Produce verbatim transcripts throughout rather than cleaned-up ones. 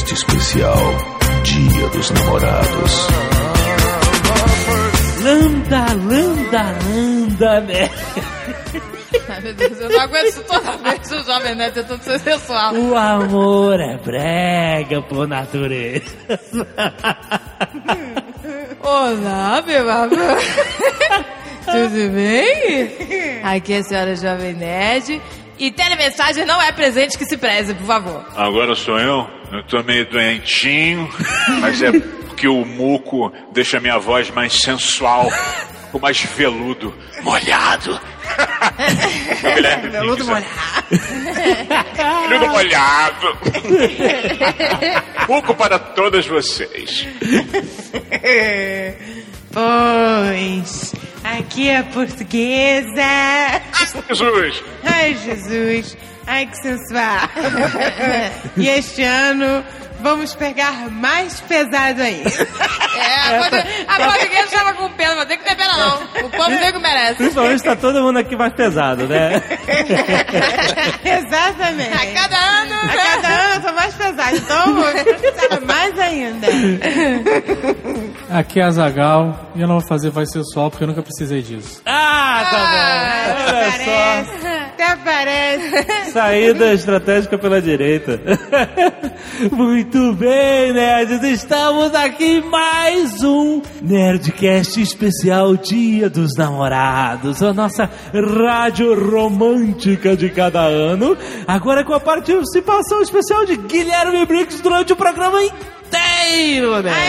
Nerdcast especial Dia dos Namorados. Landa, landa, landa, né? Ai, meu Deus, eu não aguento isso toda vez o Jovem Nerd tentando ser sensual. O amor é brega por natureza. Olá, meu amor. Tudo bem? Aqui é a senhora Jovem Nerd. E telemensagem não é presente que se preze, por favor. Agora sou eu. Eu tô meio doentinho, mas é porque o muco deixa minha voz mais sensual, com mais veludo, molhado. Veludo molhado. Veludo molhado. Muco para todas vocês. Pois, aqui é a portuguesa. Ai, Jesus. Ai, Jesus. Ai, que sensual. E este ano vamos pegar mais pesado ainda. É, a portuguesa estava com pena, não tem que ter pena não. O povo nego merece. Principalmente tá todo mundo aqui mais pesado, né? Exatamente. A cada ano. A cada ano eu tô mais pesado, então vou precisar mais ainda. Aqui é a Azaghal e eu não vou fazer voz sensual porque eu nunca precisei disso. Ah, tá bom. Olha só. Até parece. Saída estratégica pela direita. Muito bem, nerds. Estamos aqui em mais um Nerdcast especial Dia dos Namorados. A nossa rádio romântica de cada ano. Agora com a participação especial de Guilherme Briggs durante o programa inteiro, né?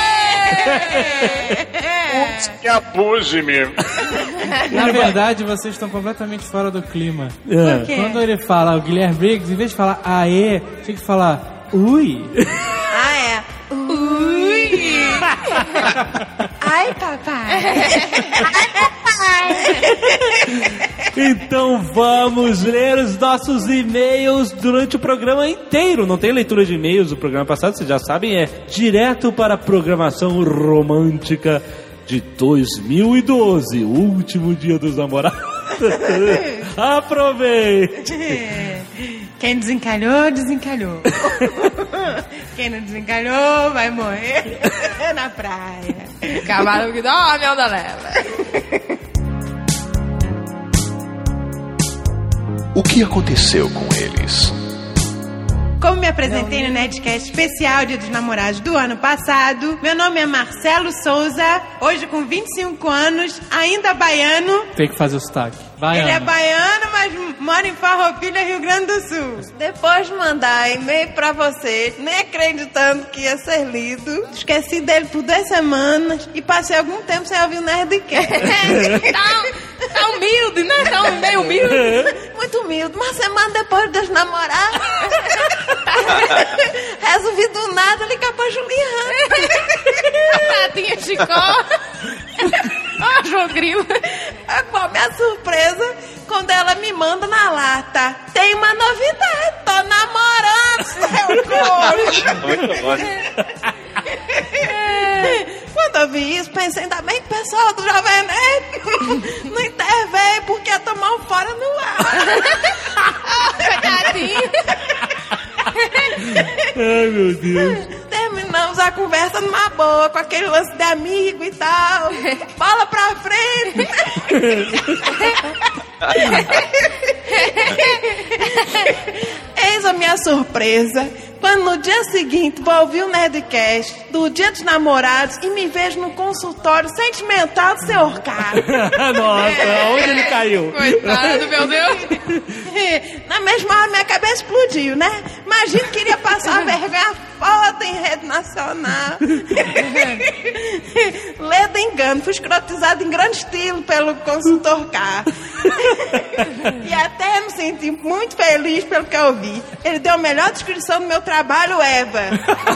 Putz, que abuse-me. Na verdade, vocês estão completamente fora do clima. É. Quando ele fala o Guilherme Briggs, em vez de falar aê, tinha que falar ui. Ah, é. Ui. Ai, papai. Ai, papai. Então vamos ler os nossos e-mails durante o programa inteiro. Não tem leitura de e-mails do programa passado, vocês já sabem, é direto para a programação romântica de dois mil e doze, o último Dia dos Namorados. Aproveite! Quem desencalhou, desencalhou. Quem não desencalhou, vai morrer na praia. Cavalo que dorme, onda leva. O que aconteceu com eles? Como me apresentei no Nerdcast especial Dia dos Namorados do ano passado, meu nome é Marcelo Souza, hoje com vinte e cinco anos, ainda baiano. Tem que fazer o sotaque. Baiano. Ele é baiano, mas mora em Farroupilha, Rio Grande do Sul. Depois de mandar e-mail pra vocês, nem acreditando que ia ser lido, esqueci dele por duas semanas e passei algum tempo sem ouvir o Nerdcast. tá, tá humilde, né? Tá um meio humilde. Muito humilde. Uma semana depois dos namorados, resolvi do nada ligar pra Juliana. A Tatinha Chicó. Ó, João Grilo. Qual a minha surpresa quando ela me manda na lata? Tem uma novidade, tô namorando, seu corpo. Muito bom. Quando eu vi isso, pensei, ainda bem que o pessoal do Jovem Nerd não interveio porque ia tomar um fora no ar. Coitadinho. Ai, meu Deus. Terminamos a conversa numa boa, com aquele lance de amigo e tal. Bola pra frente. Eis a minha surpresa quando no dia seguinte vou ouvir o Nerdcast do Dia dos Namorados e me vejo no consultório sentimental do senhor Carlos. Nossa, onde ele caiu? Coitado, meu Deus. Na mesma hora minha cabeça explodiu, né? Imagina que iria passar vergonha foda em rede nacional. Leda engano, fui escrotizado em grande estilo pelo consultor K. E até me senti muito feliz pelo que eu vi. Ele deu a melhor descrição do meu trabalho ever.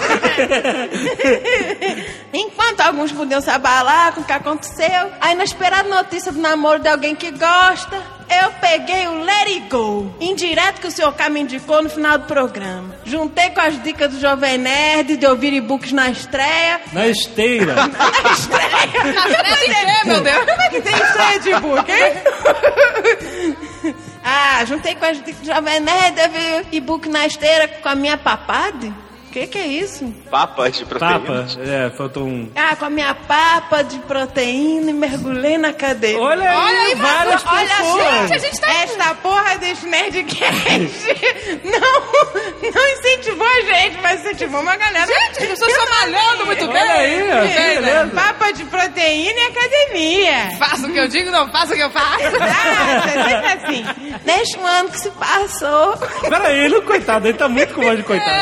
Enquanto alguns podiam se abalar com o que aconteceu, a inesperada notícia do namoro de alguém que gosta, eu peguei o Let It Go, indireto que o senhor K me indicou no final do programa. Juntei com as dicas do Jovem Nerd de ouvir e-books na estreia. Na esteira. Na estreia? Na estreia de quê, meu Deus? Como é que tem estreia de e-book, hein? Ah, juntei com as dicas do Jovem Nerd de ouvir e-book na esteira com a minha papade. que que é isso? Papas de proteína. Papa, é, faltou um... Ah, com a minha papa de proteína e mergulhei na cadeia. Olha aí, Olha aí, várias mas- olha, pessoas. gente, a gente tá... Esta porra desse Nerdcast não, não incentivou a gente, mas incentivou uma galera. Gente, as pessoas estão malhando muito bem. Olha aí, ó, que Bem, né? beleza. Papa de proteína e academia. Faça o que eu digo, não faça o que eu faço. Ah, é sempre assim. Neste ano que se passou. Peraí, ele, coitado, ele tá muito com voz de coitado.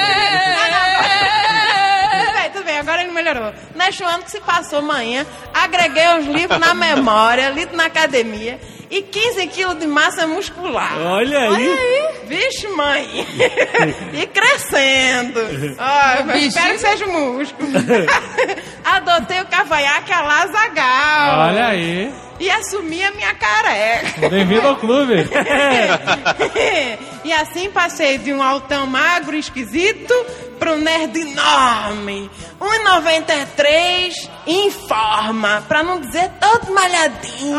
Tudo bem, tudo bem, agora ele melhorou. Neste ano que se passou amanhã, agreguei os livros na memória, lido na academia e quinze quilos de massa muscular. Olha aí. Vixe, mãe! E crescendo. Ó, eu Vixe. espero que seja músculo. Adotei o cavanhaque a Lazagal. Olha aí. E assumi a minha careca. Bem-vindo ao clube. E assim passei de um altão magro e esquisito para um nerd enorme. um e noventa e três em forma, pra não dizer todo malhadinho.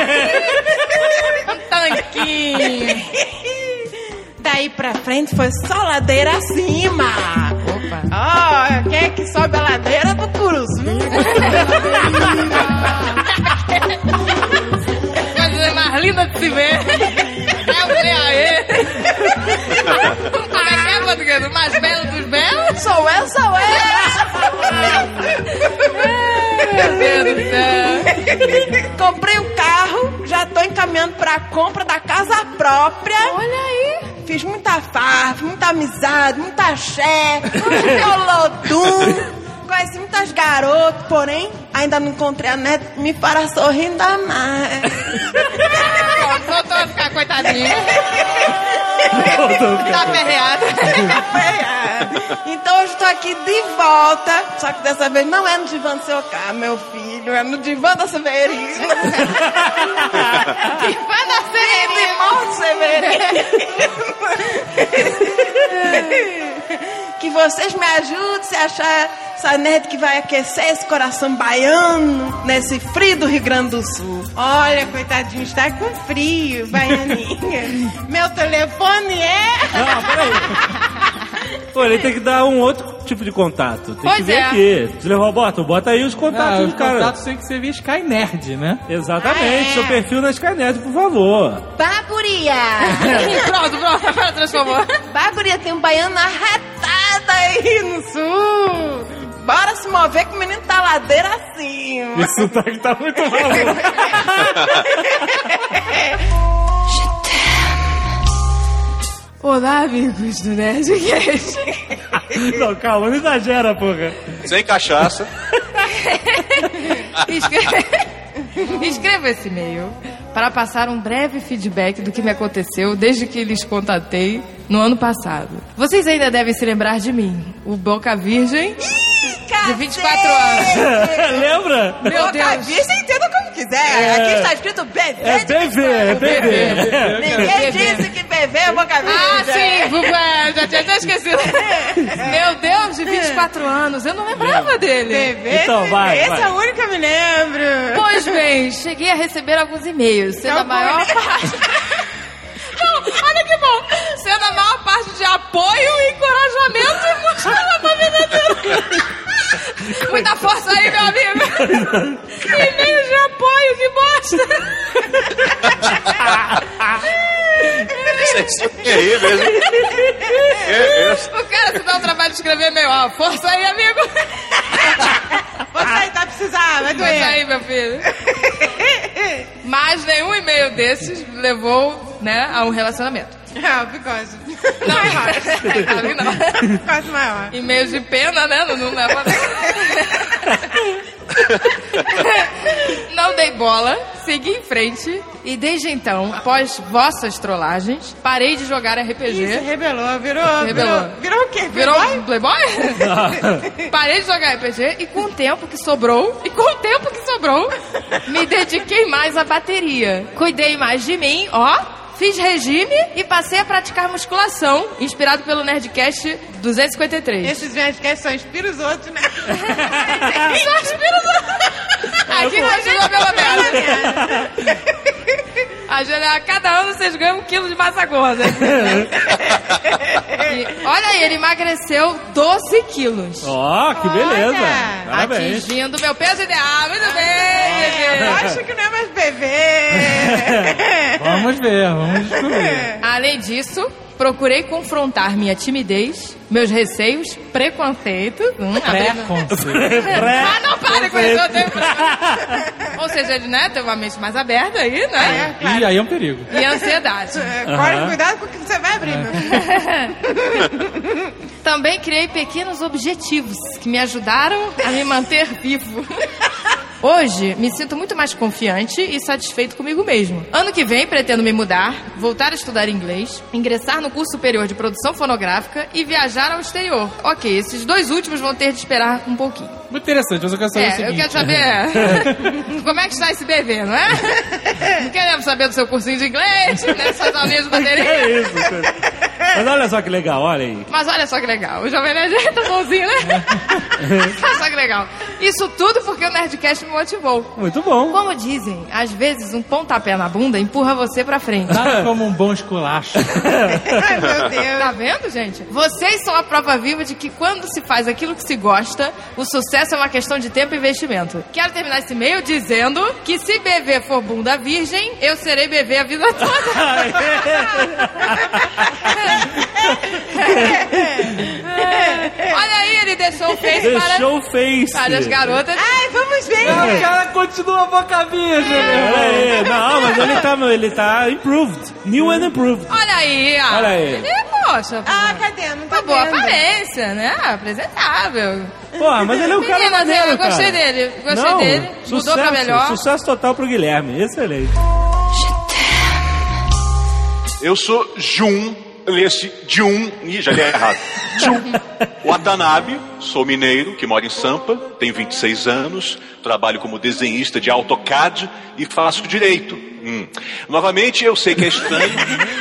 Um tanquinho. Daí pra frente foi só ladeira acima. Opa. Ó, quem é que sobe a ladeira do Curuzu? Coisa é mais linda de se ver. É o B A E. Como é que é, português? O mais belo dos belos? Sou eu, sou Meu Deus do céu. eu. Comprei um carro, já tô encaminhando pra compra da casa própria. Olha aí. Fiz muita farra, muita amizade, muita axé, colodum. Conheci muitas garotas, porém, ainda não encontrei a neta que me fará sorrir ainda mais. Voltou a ficar coitadinho. Tá aperreado. Então hoje estou aqui de volta, só que dessa vez não é no divã do seu carro, meu filho, é no divã da Severina. Vai dar De morte, Severina. Que vocês me ajudem se achar essa nerd que vai aquecer esse coração baiano nesse frio do Rio Grande do Sul. Olha, coitadinho, está com frio, baianinha. Meu telefone é... Não, peraí. Pô, ele tem que dar um outro tipo de contato. Tem Pois que ver é. aqui. Você levou a bota? Bota aí os contatos Ah, do os cara. contatos tem que ser via Sky Nerd, né? Exatamente, Ah, é? seu perfil na Skynet, por favor. Baguria! Pronto, pronto. Agora transformou. Baguria, tem um baiano arretado aí no sul. Bora se mover que o menino tá ladeira acima. Esse sotaque tá muito maluco. Olá, amigos do Nerdcast. Não, calma, não exagera, porra. Sem cachaça. Escreva... Escreva esse e-mail para passar um breve feedback do que me aconteceu desde que lhes contatei no ano passado. Vocês ainda devem se lembrar de mim, o Boca Virgem, de vinte e quatro anos. Lembra? Meu Boca Deus. Virgem, entenda como quiser. É. Aqui está escrito B V. É B V, é B V. Ninguém disse que B V é Boca Virgem. Ah, sim, Google, já tinha até esquecido. Meu Deus, de vinte e quatro anos, eu não lembrava dele. B V, Então, vai, esse vai. é o único que eu me lembro. Pois bem, cheguei a receber alguns e-mails, sendo Não, a maior como- parte... Não, olha que bom! Sendo a maior parte de apoio, encorajamento e mostrando pra verdadeira. Muita força aí, meu amigo! E-mails de apoio, que bosta! Isso é aí mesmo. É, é. O cara se dá o trabalho de escrever e-mail, ó, força aí, amigo! Você aí tá precisando, vai Força doer. aí, meu filho! Mas nenhum e-mail desses levou, né, a um relacionamento. É, o bigode. Não, pra mim não. Quase maior. E-mails de pena, né? Não, não leva Não dei bola, segui em frente e desde então, após vossas trollagens, parei de jogar R P Ih, se G. rebelou, virou... Rebelou. Virou, virou o quê? Virou Playboy? um Playboy? Parei de jogar R P G e com o tempo que sobrou, e com o tempo que sobrou, me dediquei mais à bateria. Cuidei mais de mim, ó. Fiz regime e passei a praticar musculação, inspirado pelo Nerdcast duzentos e cinquenta e três. Esses Nerdcasts só inspiram os outros, né? Só inspira os outros. Aqui não ajuda pelo menos. A, a cada ano vocês ganham um quilo de massa gorda. E olha aí, ele emagreceu doze quilos. Ó, oh, que beleza. Olha, Parabéns. Atingindo meu peso ideal. Muito bem, Eu bebê. acho que não é mais bebê. Vamos ver, vamos descobrir. Além disso, procurei confrontar minha timidez, meus receios, preconceitos. Hum, Pré-conceito. Ah, não, para com isso, eu tenho preconceito. Ou seja, ele, né, tem uma mente mais aberta aí, né? E aí é um perigo. E ansiedade. É, Corre, cuidado com o que você vai abrir, meu filho. Também criei pequenos objetivos que me ajudaram a me manter vivo. Hoje, me sinto muito mais confiante e satisfeito comigo mesmo. Ano que vem, pretendo me mudar, voltar a estudar inglês, ingressar no curso superior de produção fonográfica e viajar ao exterior. Ok, esses dois últimos vão ter de esperar um pouquinho. Muito interessante, mas eu quero saber o É, seguinte. eu quero saber como é que está esse bebê, não é? Não queremos saber do seu cursinho de inglês, nessas aulinhas de bateria. É isso, cara. Mas olha só que legal, olha aí. Mas olha só que legal, o Jovem Nerd é tão bonzinho, né? Olha só que legal. Isso tudo porque o Nerdcast me motivou. Muito bom. Como dizem, às vezes um pontapé na bunda empurra você pra frente. Nada como um bom esculacho. Ai, meu Deus. Tá vendo, gente? Vocês são a prova viva de que quando se faz aquilo que se gosta, o sucesso é uma questão de tempo e investimento. Quero terminar esse e-mail dizendo que se bebê for bunda virgem, eu serei bebê a vida toda. Olha aí, ele deixou o face para, Deixou o face. para as garotas. Ai, vamos ver. O cara continua boca virgem, meu irmão. É, não, mas ele tá, ele tá improved. New and improved. Olha aí, ó. Olha aí. Ele, poxa, Ah, cadê? Não tá uma boa vendo. aparência, né? Apresentável. Porra, mas ele é um cara Meninas, maneiro, eu gostei cara. dele. Gostei Não, dele. Sucesso, Mudou pra melhor. Sucesso total pro Guilherme. Excelente. Eu sou Jun, lê-se Jun, ih, já li errado. Jun Watanabe, sou mineiro, que mora em Sampa, tenho vinte e seis anos, trabalho como desenhista de AutoCAD e faço direito. Hum. Novamente, eu sei que é estranho.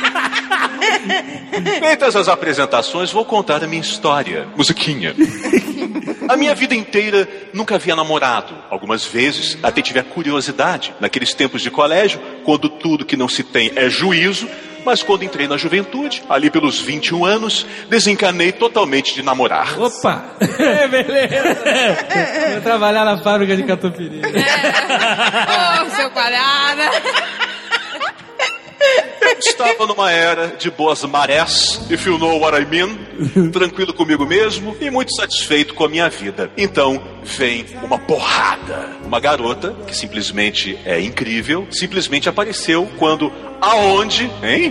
Feitas as apresentações, vou contar a minha história. Musiquinha. A minha vida inteira nunca havia namorado. Algumas vezes até tive a curiosidade. Naqueles tempos de colégio, quando tudo que não se tem é juízo. Mas quando entrei na juventude, ali pelos vinte e um anos, desencanei totalmente de namorar. Opa! É, beleza. Vou trabalhar na fábrica de catupiry. É. Oh, seu quadrada. Estava numa era de boas marés, if you know what I mean, tranquilo comigo mesmo e muito satisfeito com a minha vida. Então vem uma porrada. Uma garota, que simplesmente é incrível, simplesmente apareceu quando... Aonde? Hein?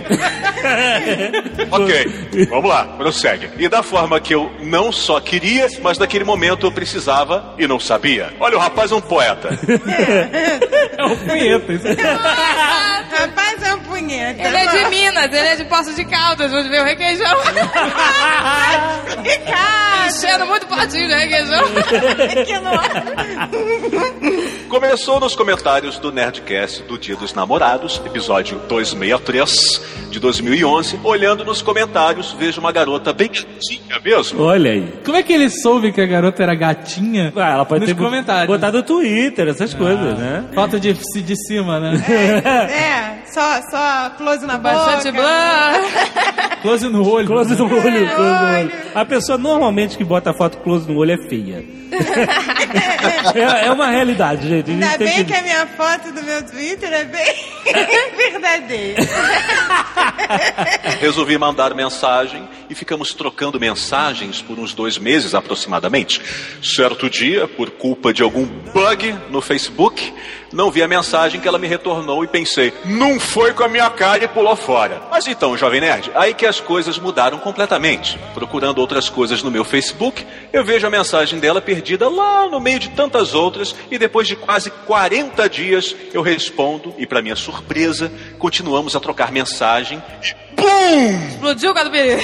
Ok, vamos lá, prossegue. E da forma que eu não só queria, mas naquele momento eu precisava e não sabia. Olha, o rapaz é um poeta. É um punheta. Isso aqui. Rapaz, é um punheta. Ele é de Minas, ele é de Poços de Caldas, onde veio o requeijão. Ricardo. Enchendo muito potinho de requeijão. Que não... Começou nos comentários do Nerdcast do Dia dos Namorados, episódio duzentos e sessenta e três de dois mil e onze. Olhando nos comentários, vejo uma garota bem gatinha mesmo. Olha aí. Como é que ele soube que a garota era gatinha? Ah, ela pode nos ter comentários. botado no Twitter, essas coisas, né? Foto de, de cima, né? É, só, só close na boca. Bastante blur. Close no olho. Close no olho, close no olho. olho. A pessoa normalmente que bota foto close no olho é feia. é, é uma realidade, gente. A gente Ainda tem bem que... que a minha foto do meu Twitter é bem verdadeira. Resolvi mandar mensagem e ficamos trocando mensagens por uns dois meses aproximadamente. Certo dia, por culpa de algum bug no Facebook, não vi a mensagem que ela me retornou e pensei, não foi com a minha cara e pulou fora. Mas então, Jovem Nerd, aí que as coisas mudaram completamente. Procurando outras coisas no meu Facebook, eu vejo a mensagem dela perdida lá no meio de tantas outras e depois de quase quarenta dias eu respondo e, para minha surpresa, continuamos a trocar mensagem. Pum! Explodiu o catupiry.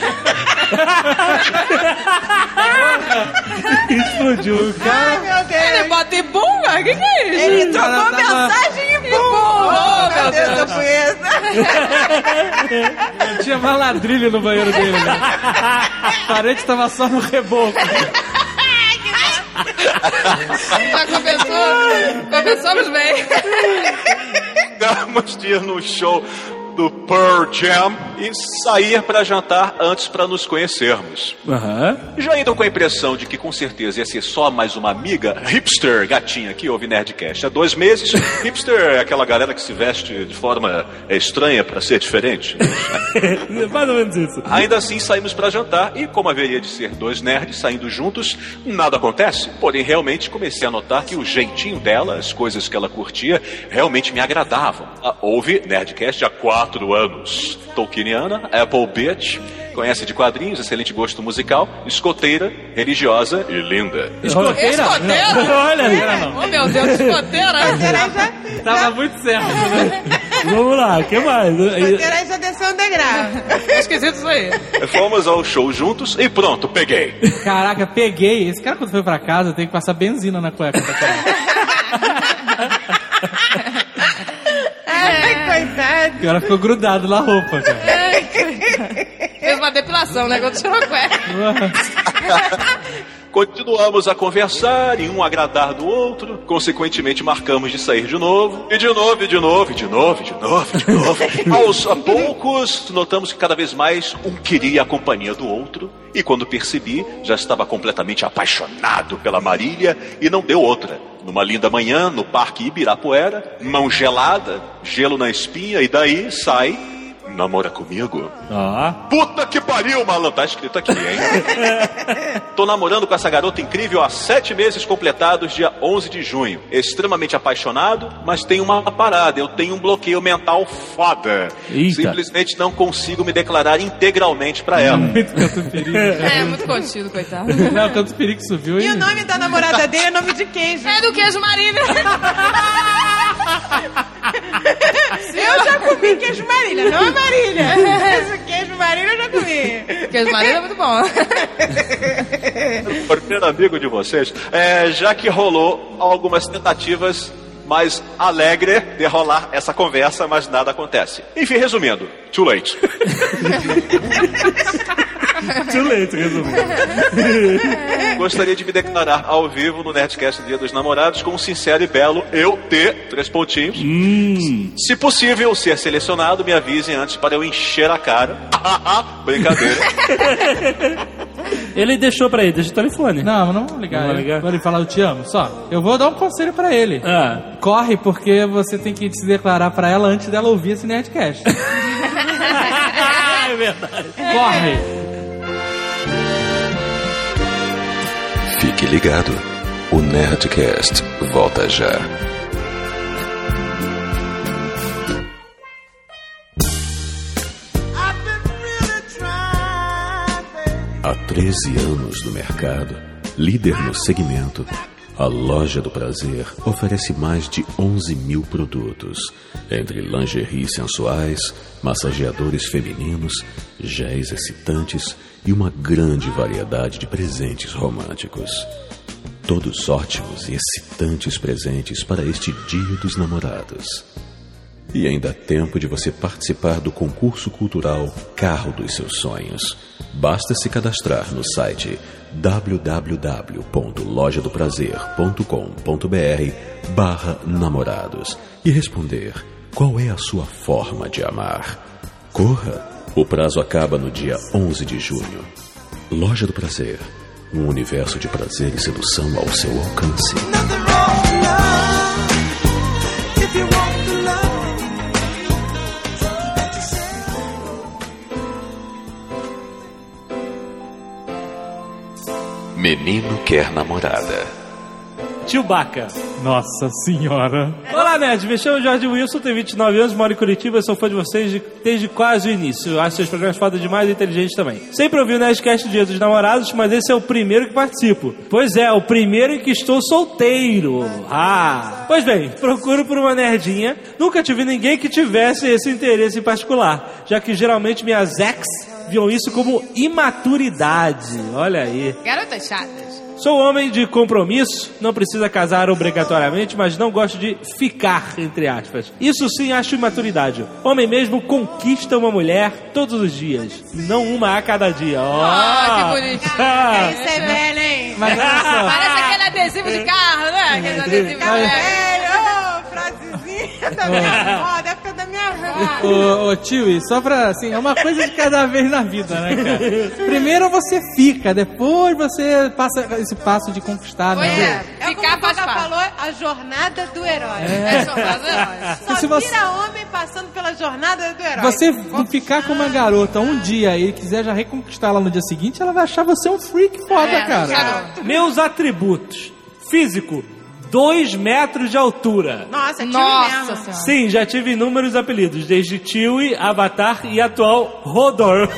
Explodiu. Ai, meu Deus. Ele bota em bum, cara? O que, que é isso? Ele trocou Ela tava- mensagem e bum! bum! Oh, meu Meu Deus, Deus. eu conheço. Tinha mais ladrilho no banheiro dele, né? A parede tava só no reboco. Já começou. Começamos bem. Ficamos de ir no show do Pearl Jam e sair para jantar antes para nos conhecermos. Aham. Já indo com a impressão de que com certeza ia ser só mais uma amiga hipster gatinha que ouve Nerdcast há dois meses. Hipster é aquela galera que se veste de forma estranha para ser diferente. Mais ou menos isso. Ainda assim saímos para jantar e, como haveria de ser dois nerds saindo juntos, nada acontece. Porém, realmente comecei a notar que o jeitinho dela, as coisas que ela curtia, realmente me agradavam. Ah, ouve Nerdcast há quatro anos. Tolkieniana, Apple Bitch, conhece de quadrinhos, excelente gosto musical, escoteira, religiosa e linda. Escoteira? Escoteira? Olha, É. Oh, meu Deus, escoteira. Tava muito certo, né? vamos lá, o que mais? Escoteira já desceu um degrau. É esquisito isso aí. Fomos ao show juntos e pronto, peguei. Caraca, peguei. Esse cara, quando foi pra casa, tem que passar benzina na cueca. Coitado. Porque ela ficou grudado na roupa, cara. Fez uma depilação, né? Quando tirou a cueca. Continuamos a conversar e um agradar do outro. Consequentemente, marcamos de sair de novo. E de novo, e de novo, e de novo, e de novo, e de novo. Aos poucos, notamos que cada vez mais um queria a companhia do outro. E quando percebi, já estava completamente apaixonado pela Marília e não deu outra. Numa linda manhã, no Parque Ibirapuera, mão gelada, gelo na espinha, e daí sai... Namora comigo? Ó. Puta que pariu, malandro. Tá escrito aqui, hein? Tô namorando com essa garota incrível há sete meses completados, dia onze de junho. Extremamente apaixonado, mas tem uma parada. Eu tenho um bloqueio mental foda. Eita. Simplesmente não consigo me declarar integralmente pra ela. Muito canto perigo. É, muito contido, coitado. Não, canto perigo subiu E o nome da namorada dele é nome de queijo. É do queijo Marília. Eu já comi queijo Marília, não a Marília. Esse queijo Marília eu já comi. Queijo Marília é muito bom. Primeiro amigo de vocês, é, já que rolou algumas tentativas mais alegre de rolar essa conversa, mas nada acontece. Enfim, resumindo, too late. Too late, resumindo. Gostaria de me declarar ao vivo no Nerdcast Dia dos Namorados com um sincero e belo eu ter três pontinhos. Hum. Se possível ser selecionado, me avisem antes para eu encher a cara. Brincadeira. Ele deixou pra ele, deixa o telefone. Não, não vou ligar. Não vai ligar? Vou lhe falar, eu te amo. Só, eu vou dar um conselho pra ele. Ah. Corre, porque você tem que se declarar pra ela antes dela ouvir esse Nerdcast. É verdade. Corre! Fique ligado, o Nerdcast volta já. Há treze anos no mercado, líder no segmento, a Loja do Prazer oferece mais de onze mil produtos, entre lingeries sensuais, massageadores femininos, géis excitantes e uma grande variedade de presentes românticos. Todos ótimos e excitantes presentes para este Dia dos Namorados. E ainda há tempo de você participar do concurso cultural Carro dos Seus Sonhos. Basta se cadastrar no site w w w ponto loja do prazer ponto com ponto b r barra namorados e responder qual é a sua forma de amar. Corra! O prazo acaba no dia onze de junho. Loja do Prazer. Um universo de prazer e sedução ao seu alcance. Menino quer namorada. Chewbacca. Nossa senhora. Olá, Nerd. Me chamo Jorge Wilson, tenho vinte e nove anos, moro em Curitiba e sou fã de vocês de- desde quase o início. Eu acho seus programas foda demais e inteligentes também. Sempre ouvi o Nerdcast Dia dos Namorados, mas esse é o primeiro que participo. Pois é, o primeiro em que estou solteiro. Ah! Pois bem, procuro por uma nerdinha. Nunca tive ninguém que tivesse esse interesse em particular, já que geralmente minhas ex viam isso como imaturidade. Olha aí. Garotas chatas. Sou homem de compromisso, não precisa casar obrigatoriamente, mas não gosto de ficar, entre aspas. Isso sim acho imaturidade. Homem mesmo conquista uma mulher todos os dias, não uma a cada dia. Oh. Ah, que bonitinho. Isso é velho, hein? Mas olha só. Parece aquele adesivo de carro, né? Aquele adesivo de Tá carro. velho, ô, frasezinha da minha avó, da época da minha avó. Ô, ô tio, e só pra, assim, é uma coisa de cada vez na vida, né, cara? Primeiro você fica, depois você passa esse passo de conquistar, Pois né? é, É ficar como faz o Guga parte. falou, a jornada do herói. É só fazer heróis. Só Se você- vira homem passando pela jornada do herói. Você ficar com uma garota um dia e quiser já reconquistar ela no dia seguinte, ela vai achar você um freak foda, É, cara. sabe? Meus atributos. Físico, dois metros de altura. Nossa, é tio Nossa mesmo. senhora. Sim, já tive inúmeros apelidos, desde Chewie, Avatar e atual Rodor.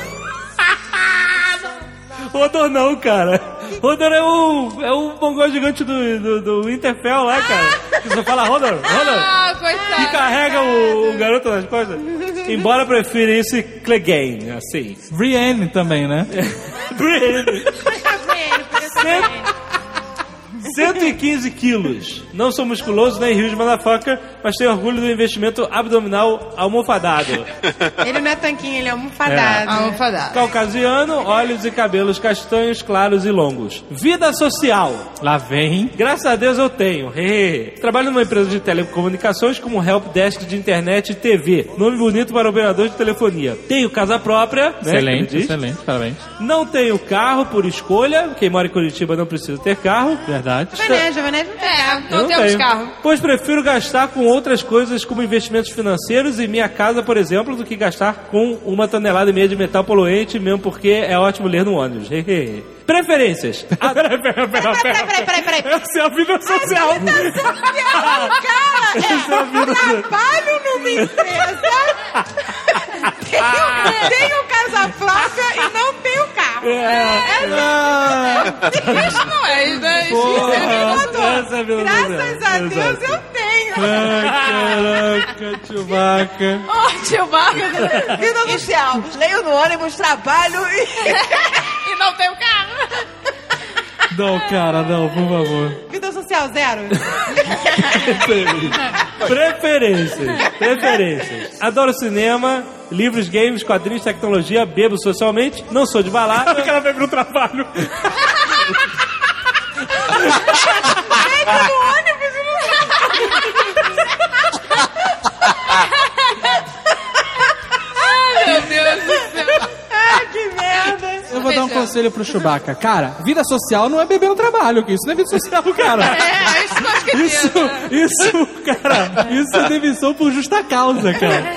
Rodor não, cara. Rodor é o, é o mongol gigante do, do, do Winterfell lá, cara. Que só fala Rodor, Rodor. Ah, coitado. E carrega o, o garoto nas costas. Embora prefira esse Clegane, assim. Brienne também, né? Brienne. Brienne, podia ser Brienne. cento e quinze quilos. Não sou musculoso nem huge motherfucker, mas tenho orgulho do investimento abdominal almofadado. Ele não é tanquinho, ele é almofadado. Almofadado. Caucasiano, olhos e cabelos castanhos, claros e longos. Vida social. Lá vem. Graças a Deus eu tenho. Hehe. Trabalho numa empresa de telecomunicações como helpdesk de internet e T V. Nome bonito para operador de telefonia. Tenho casa própria. Né, Excelente, que ele diz. excelente, parabéns. Não tenho carro por escolha. Quem mora em Curitiba não precisa ter carro. Verdade. Jovem Jovem não tem É, carro. não Eu temos tenho. carro. Pois prefiro gastar com outras coisas como investimentos financeiros e minha casa, por exemplo, do que gastar com uma tonelada e meia de metal poluente, mesmo porque é ótimo ler no ônibus. Preferências. A... Pera, pera, pera, Peraí, peraí, peraí, peraí. Essa é a vida social. Cara, Essa é a vida é, social. trabalho numa empresa, tenho, tenho casa placa e não tenho carro. Isso não é, isso é isso. Porra, essa é a vida Graças a social. Deus Exato. eu tenho. Ai, caraca, Chewbacca. Ô, tio Barca. Vida social. Leio no ônibus, trabalho e... E não tem o carro. Não, cara, não, por favor. Vida social zero. Preferências. Preferências. Adoro cinema, livros, games, quadrinhos, tecnologia, bebo socialmente, não sou de balada. O cara bebe no trabalho. Ai, meu Deus do céu. Ai, que merda. Eu vou dar um Fechou. conselho pro Chewbacca. Cara, vida social não é beber no trabalho, que isso não é vida social, cara. É, isso que eu esqueci. Isso, né? isso, cara, isso é demissão por justa causa, cara.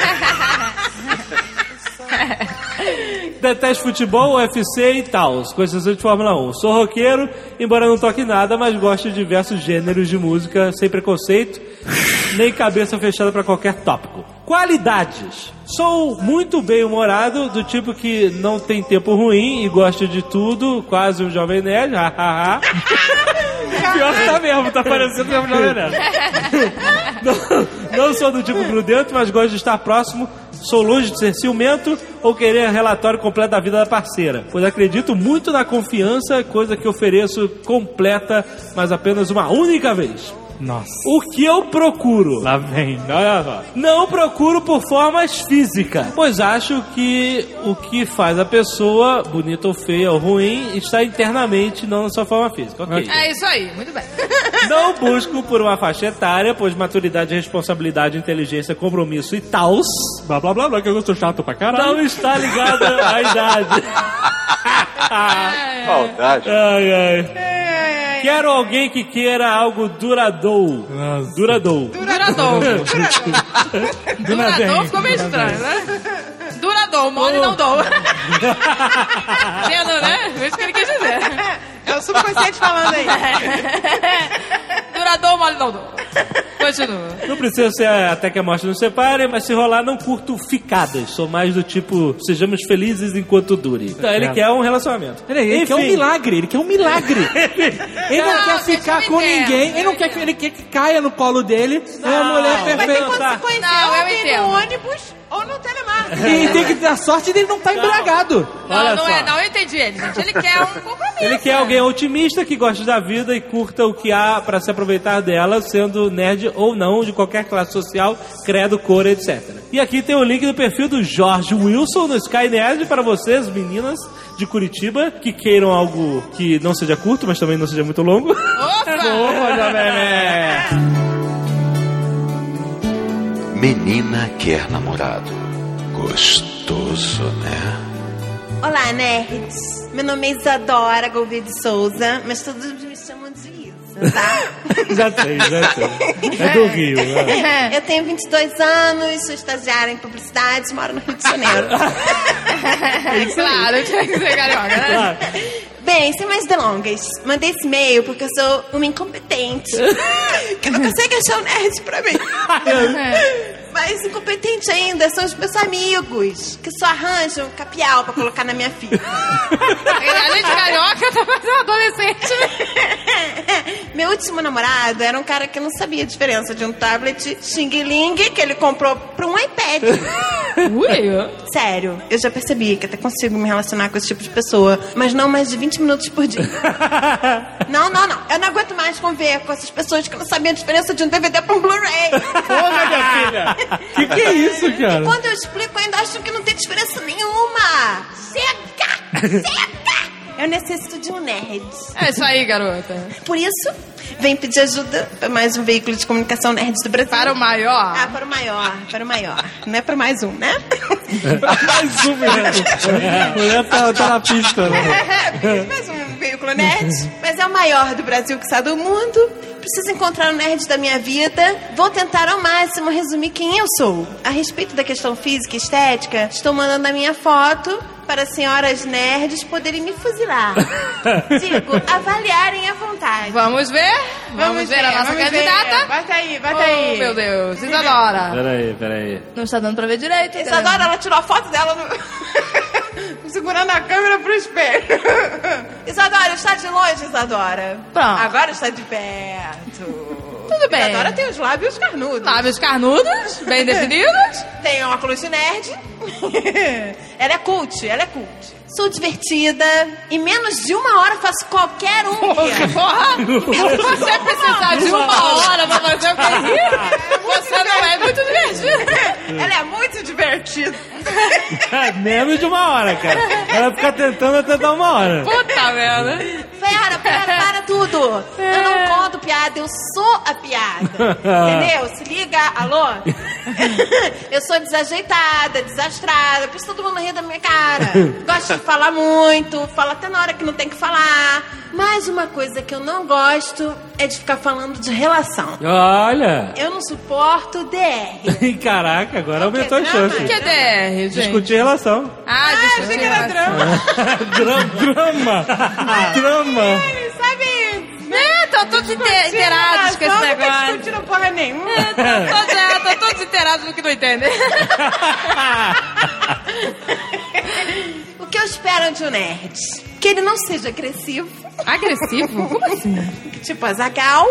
Detesto futebol, U F C e tal, com exceção de Fórmula um. Sou roqueiro, embora não toque nada, mas gosto de diversos gêneros de música, sem preconceito, nem cabeça fechada pra qualquer tópico. Qualidades. Sou muito bem-humorado, do tipo que não tem tempo ruim e gosta de tudo, quase um jovem nerd, hahaha. Pior que tá mesmo, tá parecendo mesmo jovem nerd. Não, não sou do tipo grudento, mas gosto de estar próximo. Sou longe de ser ciumento ou querer relatório completo da vida da parceira, pois acredito muito na confiança, coisa que ofereço completa, mas apenas uma única vez. Nossa. O que eu procuro? Lá vem. Olha só. Não procuro por formas físicas, pois acho que o que faz a pessoa, bonita ou feia ou ruim, está internamente, não na sua forma física. Ok. É isso aí, muito bem. Não busco por uma faixa etária, pois maturidade, responsabilidade, inteligência, compromisso e tals Blá blá blá blá, que eu sou chato pra caralho. não está ligado à idade. Maldade. Ai, ai. Quero alguém que queira algo duradouro. Nossa. Duradouro. Durador. Durador bem, ficou meio dura estranho, né? Durador, mole não dou. Entendo, né? É isso que ele quis dizer. É o subconsciente falando aí. Durador, mole não dou. Continua. Não precisa ser até que a morte nos separe, mas se rolar, não curto ficadas. Sou mais do tipo, sejamos felizes enquanto dure. Então, ele É. quer um relacionamento. Ele, ele quer um milagre, ele quer um milagre. Ele não, Não, quer gente, ficar eu com entendo. ninguém, ele não quer que ele quer que caia no colo dele. é a mulher mas perfeita. tem Quando tá. se conhecer Não, eu alguém entendo. no ônibus ou no telemarketing. E tem que ter a sorte dele não estar embriagado. Não, Olha não só. é, não, eu entendi ele, gente. Ele quer um compromisso. Ele quer alguém otimista que goste da vida e curta o que há para se aproveitar dela, sendo nerd ou não, de qualquer classe social, credo, cor, etcétera. E aqui tem o link do perfil do Jorge Wilson no Sky Nerd para vocês, meninas de Curitiba, que queiram algo que não seja curto, mas também não seja muito longo. Opa! Boa, Jovem Nerd. Menina quer namorado. Gostoso, né? Olá, nerds. Meu nome é Isadora Gouveia de Souza, mas todos me chamam de Isa, tá? Já sei, já sei. É do Rio, né? Eu tenho vinte e dois anos, sou estagiária em publicidade, moro no Rio de Janeiro. É claro, tinha que ser carioca, né? Claro. Bem, sem mais delongas, mandei esse e-mail porque eu sou uma incompetente que não consegue achar um nerd pra mim. Mas incompetente ainda são os meus amigos, que só arranjam capial pra colocar na minha filha. A gente carioca tá fazendo adolescente. Meu último namorado era um cara que não sabia a diferença de um tablet Xing Ling que ele comprou pra um iPad. Ui. Sério, eu já percebi que até consigo me relacionar com esse tipo de pessoa, mas não mais de vinte minutos por dia. Não, não, não. Eu não aguento mais conviver com essas pessoas que não sabiam a diferença de um D V D pra um Blu-ray. Porra, minha filha! Que que é isso, cara? Quando eu explico, ainda acham que não tem diferença nenhuma. Chega! Chega! Eu necessito de um nerd. É isso aí, garota. Por isso, vem pedir ajuda para mais um veículo de comunicação nerd do Brasil. Para o maior. Ah, para o maior, para o maior. Não é para mais um, né? Mais um mesmo. A mulher tá, tá na pista, né? É, mais um veículo nerd. Mas é o maior do Brasil, que está do mundo. Preciso encontrar o nerd da minha vida. Vou tentar ao máximo resumir quem eu sou. A respeito da questão física e estética, estou mandando a minha foto para as senhoras nerds poderem me fuzilar. Digo, avaliarem à vontade. Vamos ver? Vamos, vamos ver, ver a nossa candidata? Ver. Bota aí, bota oh, aí. Meu Deus, Isadora. Peraí, peraí. Não está dando pra ver direito. Isadora, ela tirou a foto dela no... segurando a câmera pro espelho. Isadora, está de longe, Isadora. Pronto. Agora está de perto. Tudo bem. Isadora tem os lábios carnudos. Lábios carnudos, bem definidos. Tem óculos de nerd. Ela é cult, ela é cult. Sou divertida. Em menos de uma hora faço qualquer um. Porra! Você precisar de uma hora pra fazer o que rir? Você não é muito divertida. Ela é muito divertida. Menos de uma hora, cara. Ela fica tentando até dar uma hora. Puta merda. Pera, pera, para tudo. Eu não conto piada, eu sou a piada. Entendeu? Se liga, alô? Eu sou desajeitada, desastrada, por isso todo mundo ri da minha cara. Gosto de falar muito, falo até na hora que não tem que falar. Mas uma coisa que eu não gosto é de ficar falando de relação. Olha! Eu não suporto D R. Caraca, agora aumentou a chance. O que é D R, gente? Discutir relação. Ah, ah discutir achei que era drama. Drama! Drama! Sabe... É, estão todos inteirados com esse negócio. Não discutiram porra nenhuma. Estão todos inteirados no que não entendem. O que eu espero de um nerd? Que ele não seja agressivo. Agressivo? Como assim? Tipo Azaghal.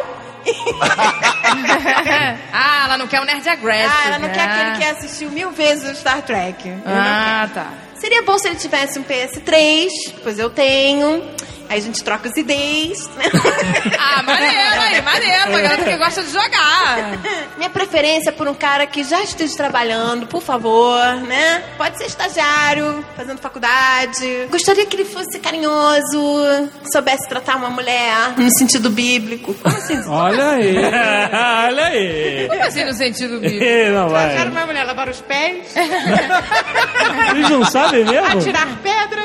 Ah, ela não quer um nerd agressivo. Ah, ela não né? quer aquele que assistiu mil vezes o Star Trek. Ele ah, tá. Seria bom se ele tivesse um P S três, pois eu tenho. Aí a gente troca os I Ds, né? Ah, maneiro aí, maneiro. Uma garota que gosta de jogar. Minha preferência é por um cara que já esteja trabalhando, por favor, né? Pode ser estagiário, fazendo faculdade. Gostaria que ele fosse carinhoso, que soubesse tratar uma mulher no sentido bíblico. Como assim? Olha aí, olha aí. Como assim no sentido bíblico? Não vai. Tratar uma mulher, lavar os pés. Eles não sabem mesmo? Atirar pedras.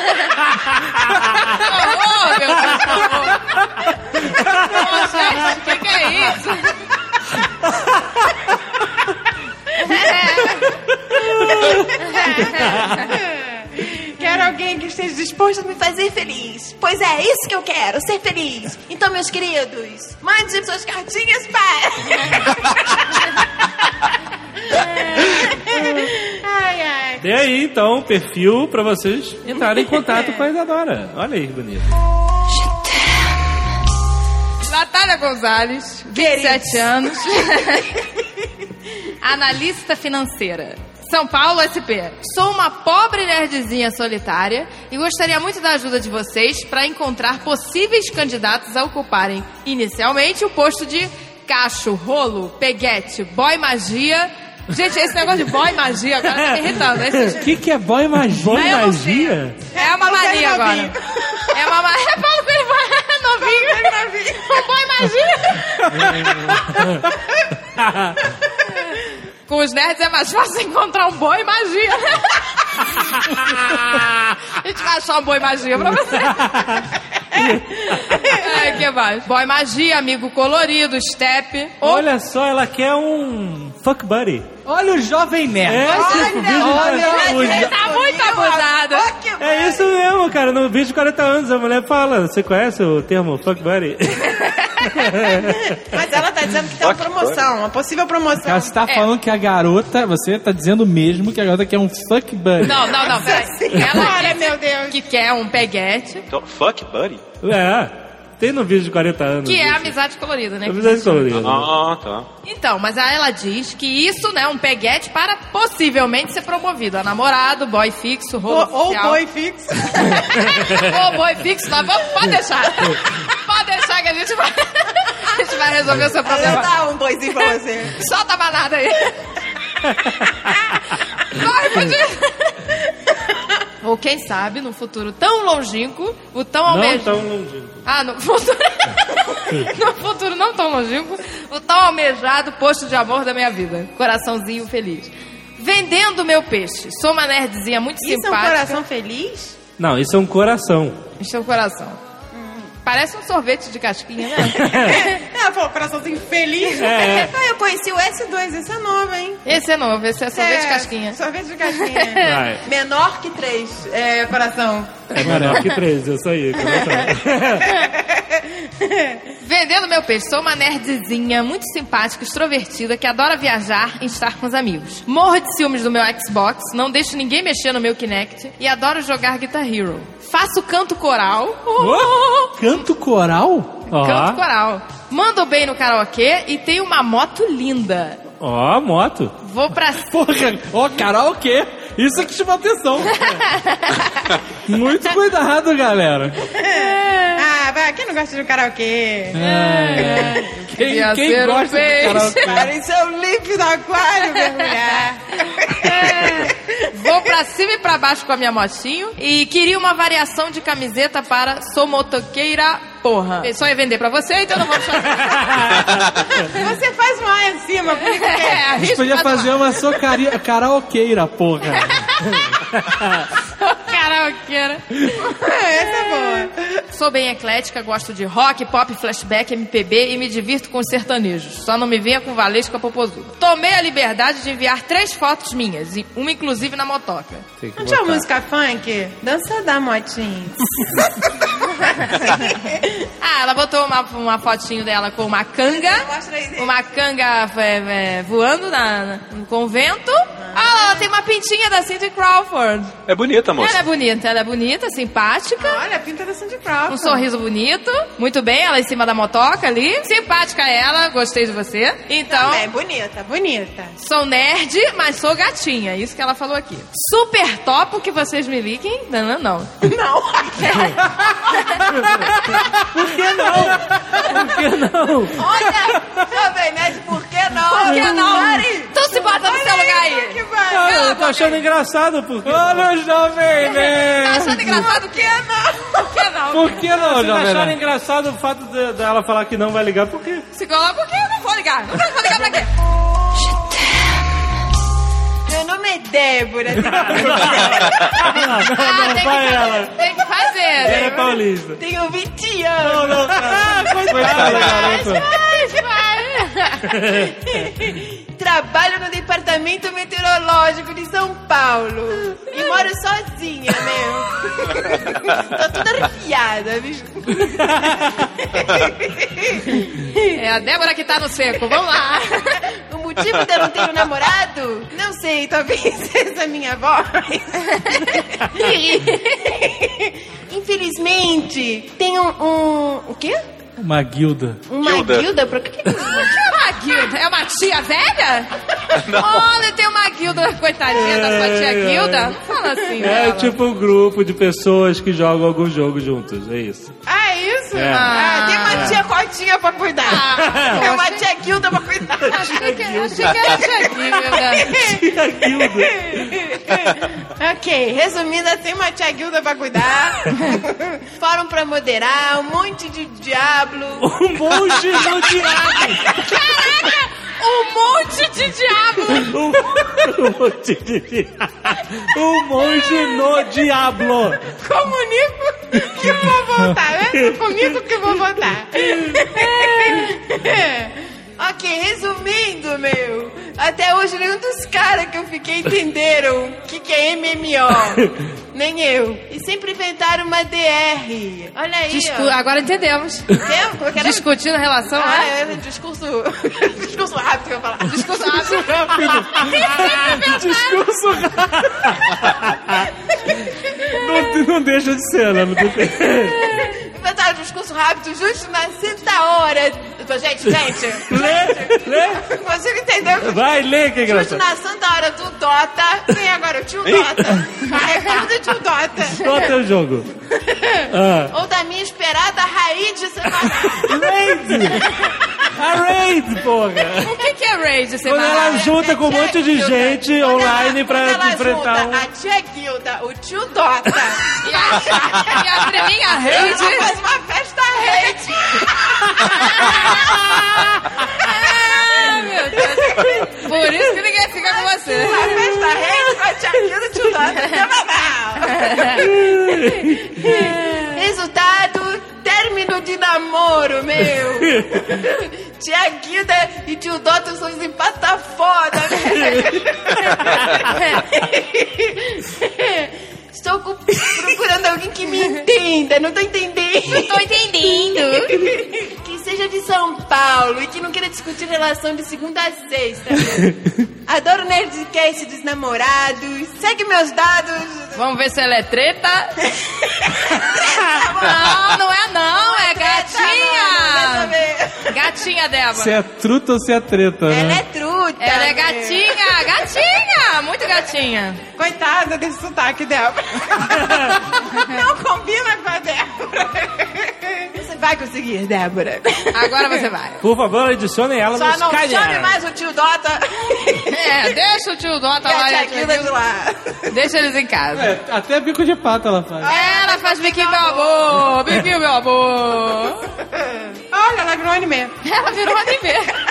Oh, meu Deus, por favor. Nossa, gente, o que, que é isso? Quero alguém que esteja disposto a me fazer feliz. Pois é, isso que eu quero, ser feliz. Então, meus queridos, mande suas cartinhas para... Ai, ai. Tem aí, então, um perfil pra vocês entrarem em contato com a Isadora. Olha aí, bonito. Natália Gonzalez, vinte e sete anos. Analista financeira. São Paulo, S P. Sou uma pobre nerdzinha solitária e gostaria muito da ajuda de vocês para encontrar possíveis candidatos a ocuparem inicialmente o posto de cacho, rolo, peguete, boy magia. Gente, esse negócio de boy magia agora tá me irritando. O que, que é boy magia? Boy magia? É uma mania agora. É uma mania. É Paulo Coelho novinho. O boy magia. Com os nerds é mais fácil encontrar um boi magia. A gente vai achar um boi magia pra você. É, que mais? Boy magia, amigo colorido, step. Olha só, ela quer um fuck buddy. Olha o jovem nerd. É, tipo, vídeo de olha, olha, Tá muito abusado. É isso mesmo, cara. No vídeo de quarenta anos, a mulher fala: você conhece o termo fuck buddy? Mas ela tá dizendo que tem uma promoção, uma possível promoção. Cara, você tá É. falando que a garota, você tá dizendo mesmo que a garota quer um fuck buddy. Não, não, não, peraí. Ela Olha, disse meu Deus. que quer um peguete, Então, fuck buddy. É, tem no vídeo de quarenta anos. que é isso. amizade colorida, né? Amizade colorida. Ah, tá. Então, mas aí ela diz que isso, né, um peguete para possivelmente ser promovido a namorado, boy fixo, rolo Ou, ou oficial. boi fixo. Ou boy fixo, nós vamos, pode deixar. Pode deixar que a gente vai, a gente vai resolver o seu Eu problema. dar um boizinho pra você. Solta a manada aí. Vai, pode. Ou quem sabe, no futuro tão longínquo, o tão Não almejado... tão longínquo. Ah, no futuro... no futuro não tão longínquo, o tão almejado posto de amor da minha vida. Coraçãozinho feliz. Vendendo meu peixe. Sou uma nerdzinha muito Isso é um simpática. coração feliz? Não, isso é um coração. Encheu o coração. Parece um sorvete de casquinha, né? É, ela falou coraçãozinho feliz. É. Ah, eu conheci o S dois, esse é novo, hein? Esse é novo, esse é sorvete de É, casquinha. Sorvete de casquinha. Vai. Menor que três, é, coração. É menor que três, isso aí. Vendendo meu peixe, sou uma nerdzinha muito simpática, extrovertida, que adora viajar e estar com os amigos. Morro de ciúmes do meu Xbox, não deixo ninguém mexer no meu Kinect e adoro jogar Guitar Hero. Faço canto coral. Oh, Canto coral? Ó, Canto coral. Mando bem no karaokê e tenho uma moto linda. ó, moto. Vou pra... Porra, ó, karaokê. Isso que chama atenção. Muito cuidado, galera. Ah, vai, quem não gosta de um karaokê? É. Quem, Devia quem ser um gosta de peixe. karaokê? Pareceu um límpido aquário, mergulhar. Vou pra cima e pra baixo com a minha motinho e queria uma variação de camiseta para sou motoqueira porra. Eu só ia vender pra você, então não vou chamar. Você faz um A em cima, por isso que É, A gente arrisco podia fazer uma socari... karaokeira, porra. karaokeira. essa é boa. Sou bem eclética, gosto de rock, pop, flashback, M P B e me divirto com os sertanejos. Só não me venha com Valesca Popozuda. Tomei a liberdade de enviar três fotos minhas, e uma inclusive na motoca. Tem que Não tinha botar. música funk? Dança da motinha. Ah, ela botou uma, uma fotinho dela com uma canga. Mostra aí. Uma canga é, é, voando na, na- com o vento. Ah, ela tem uma pintinha da Cindy Crawford. É bonita, moça. Ela é bonita, ela é bonita, simpática. Olha, a pinta da Cindy Crawford. Um sorriso bonito. Muito bem, ela em cima da motoca ali. Simpática ela, gostei de você. Então, É bonita, bonita. sou nerd, mas sou gatinha. Isso que ela falou aqui. Super topo que vocês me liguem. Não, não, não. Não. Por que não? Por que não? Olha, Jovem Nerd, por que não? Por que não? Mari, Então se bota no seu lugar como é que aí. vai? Ah, eu tô achando engraçado, porque... Olha o jovem Tá achando nerd. engraçado o quê? Não. Por que não? Por que não, Vocês jovem acharam nerd? engraçado o fato de- dela falar que não vai ligar, por quê? Se coloca, por que eu não vou ligar? Não vou ligar pra quê? Meu nome é Débora. Ah, tem, que vai fazer, ela. tem que fazer. Ela é né? paulista. Tenho vinte anos. Não, não, cara. Coitada, garota. Vai, vai. Trabalho no departamento meteorológico de São Paulo. E moro sozinha, meu. Tô toda arrepiada, bicho. É a Débora que tá no seco. Vamos lá. O motivo de eu não ter um namorado? Não sei, talvez seja a minha voz. Infelizmente, tem um... um o quê? Uma guilda. Uma Guilda. guilda? Por que que... Uma guilda. É uma tia velha? Olha, tem uma guilda, coitadinha da sua tia É, guilda. Não fala assim, É dela. tipo um grupo de pessoas que jogam algum jogo juntos, é isso. Ah, é isso? É. Ah, tem uma É. tia Cotinha pra cuidar. Ah, tem uma achei- tia Guilda pra cuidar. Achei que, achei que era tia guilda. Tia Guilda. Ok, resumindo, tem uma tia Guilda pra cuidar. Fórum pra moderar, um monte de diabo. Um monte de diabo. Um monte de diabo! Um, um monte de diabo! Um monge no diablo! Comunico que vou voltar, né? Comigo que vou voltar. Ok, resumindo, meu. Até hoje nenhum dos caras que eu fiquei entenderam o que, que é M M O. Nem eu. E sempre inventaram uma D R. Olha aí, Discu- ó. Agora entendemos. Entendeu? Como é que era? Discutindo relação, Ah, é? é discurso... discurso rápido que eu ia falar. Discurso rápido. Discurso não, não deixa de ser, né? Não tem... Inventaram discurso rápido justo na sexta hora. Eu tô, gente, gente. Lê, lê. Não consigo entender. Vai, lê, que Justo engraçado. na santa hora do Dota. Vem agora o tio Dota. Recado do tio Dota. Qual é o jogo? Ah. Ou da minha esperada raiz de separar. Raid! A Raid, porra! O que, que é raid? Você Quando ela vai... junta com um monte de gente Quando online ela, pra quando ela enfrentar junta um... a tia Guilda, o tio Dota. E a, e a treminha Ela raid... faz uma festa rede. Ah, meu Deus. Por isso que ninguém fica com você. Uma festa rede com a tia Guilda e o tio Dota. Resultado, término de namoro, meu. Tia Guilda e tio Dota são os empata foda, velho. Estou cu- procurando alguém que me entenda, não tô entendendo. Não tô entendendo. Que seja de São Paulo e que não queira discutir relação de segunda a sexta. Adoro o Nerdcast dos namorados. Segue meus dados. Vamos ver se ela é treta. Não, não é não, é gatinha. Gatinha, Débora. Se é truta ou se é treta, Ela né? é truta. Ela é meu. gatinha, gatinha, muito gatinha. Coitada desse sotaque dela. Não combina com a Débora. Você vai conseguir, Débora. Agora você vai. Por favor, adicione ela Só no não Skype. chame mais o tio Dota É, deixa o tio Dota e a lá. tia e a tia Guilda de lá. Deixa eles em casa. É, até bico de pato ela faz. Ela faz biquinho, meu amor. Biquinho, meu amor. Olha, ela virou anime. Ela virou anime.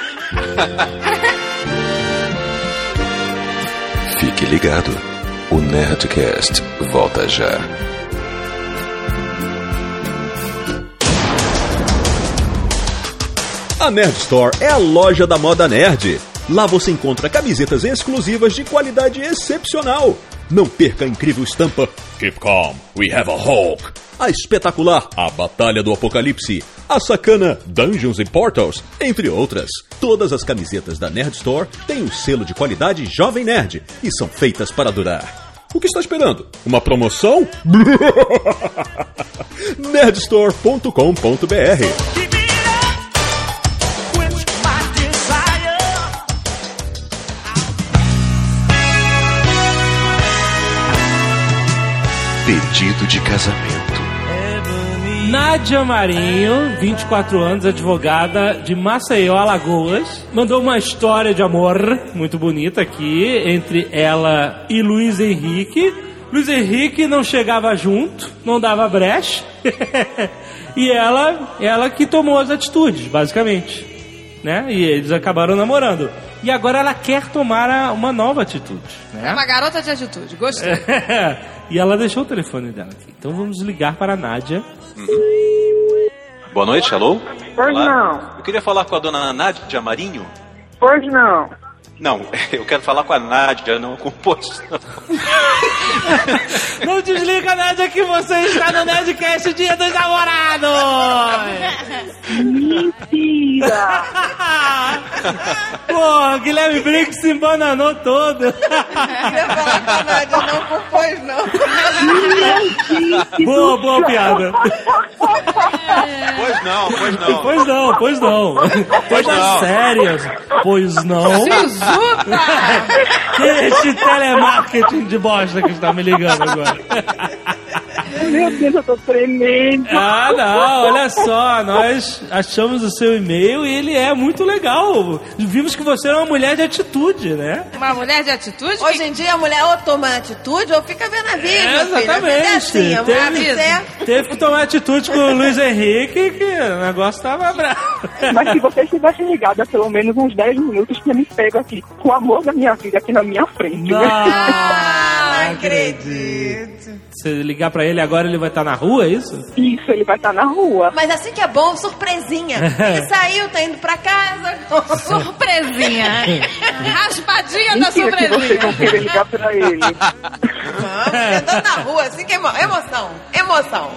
Fique ligado. O Nerdcast volta já. A Nerd Store é a loja da moda nerd. Lá você encontra camisetas exclusivas de qualidade excepcional. Não perca a incrível estampa Keep Calm, We Have a Hulk, a espetacular A Batalha do Apocalipse, a sacana Dungeons and Portals, entre outras. Todas as camisetas da Nerd Store têm o selo de qualidade Jovem Nerd e são feitas para durar. O que está esperando? Uma promoção? nerdstore ponto com ponto b r. Pedido de casamento. Nádia Marinho, vinte e quatro anos, advogada de Maceió, Alagoas, mandou uma história de amor muito bonita aqui entre ela e Luiz Henrique. Luiz Henrique não chegava junto, não dava brecha, e ela, ela que tomou as atitudes, basicamente, né? E eles acabaram namorando. E agora ela quer tomar a- uma nova atitude, né? Uma garota de atitude, gostei. E ela deixou o telefone dela aqui. Então vamos ligar para a Nádia. Boa noite, alô? Pois Olá. não, Eu queria falar com a dona Nádia Marinho. pois não. Não, eu quero falar com a Nádia, não com o posto. Não desliga, Nádia, que você está no Nerdcast Dia dos Namorados! Mentira! Pô, Guilherme Briggs se embananou todo. Queria falar com a Nádia, não compôs, não. Boa, boa piada. Pois não, pois não. Pois não, pois não. Pois não. Sérias. Pois não. Que este telemarketing de bosta que está me ligando agora. Meu Deus, eu tô tremendo. Ah, não, olha só, nós achamos o seu e-mail e ele é muito legal. Vimos que você é uma mulher de atitude, né? Uma mulher de atitude? Hoje em dia a mulher ou toma atitude ou fica vendo a vida, É, meu filho. exatamente. É assim, a mulher Teve- quiser. Teve que tomar atitude com o Luiz Henrique, que o negócio tava bravo. Mas se você estivesse ligada pelo menos uns dez minutos, tinha me pego aqui com o amor da minha vida aqui na minha frente. Não, Ah, não acredito. acredito. Se ligar pra ele agora, ele vai estar na rua, é isso? Isso, ele vai estar na rua. Mas assim que é bom, surpresinha. Ele saiu, tá indo pra casa. Surpresinha. Raspadinha da Mentira que vocês surpresinha. vão querer ligar pra ele. Vamos, andando na rua, assim que é emo- emoção. Emoção.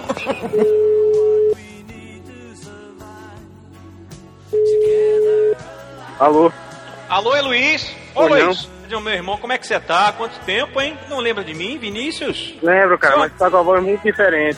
Alô? Alô, é Luiz? Ô, Oi, Luiz. Meu irmão, como é que você tá? Quanto tempo, hein? Não lembra de mim, Vinícius? Lembro, cara, Só- mas tá com a voz muito diferente.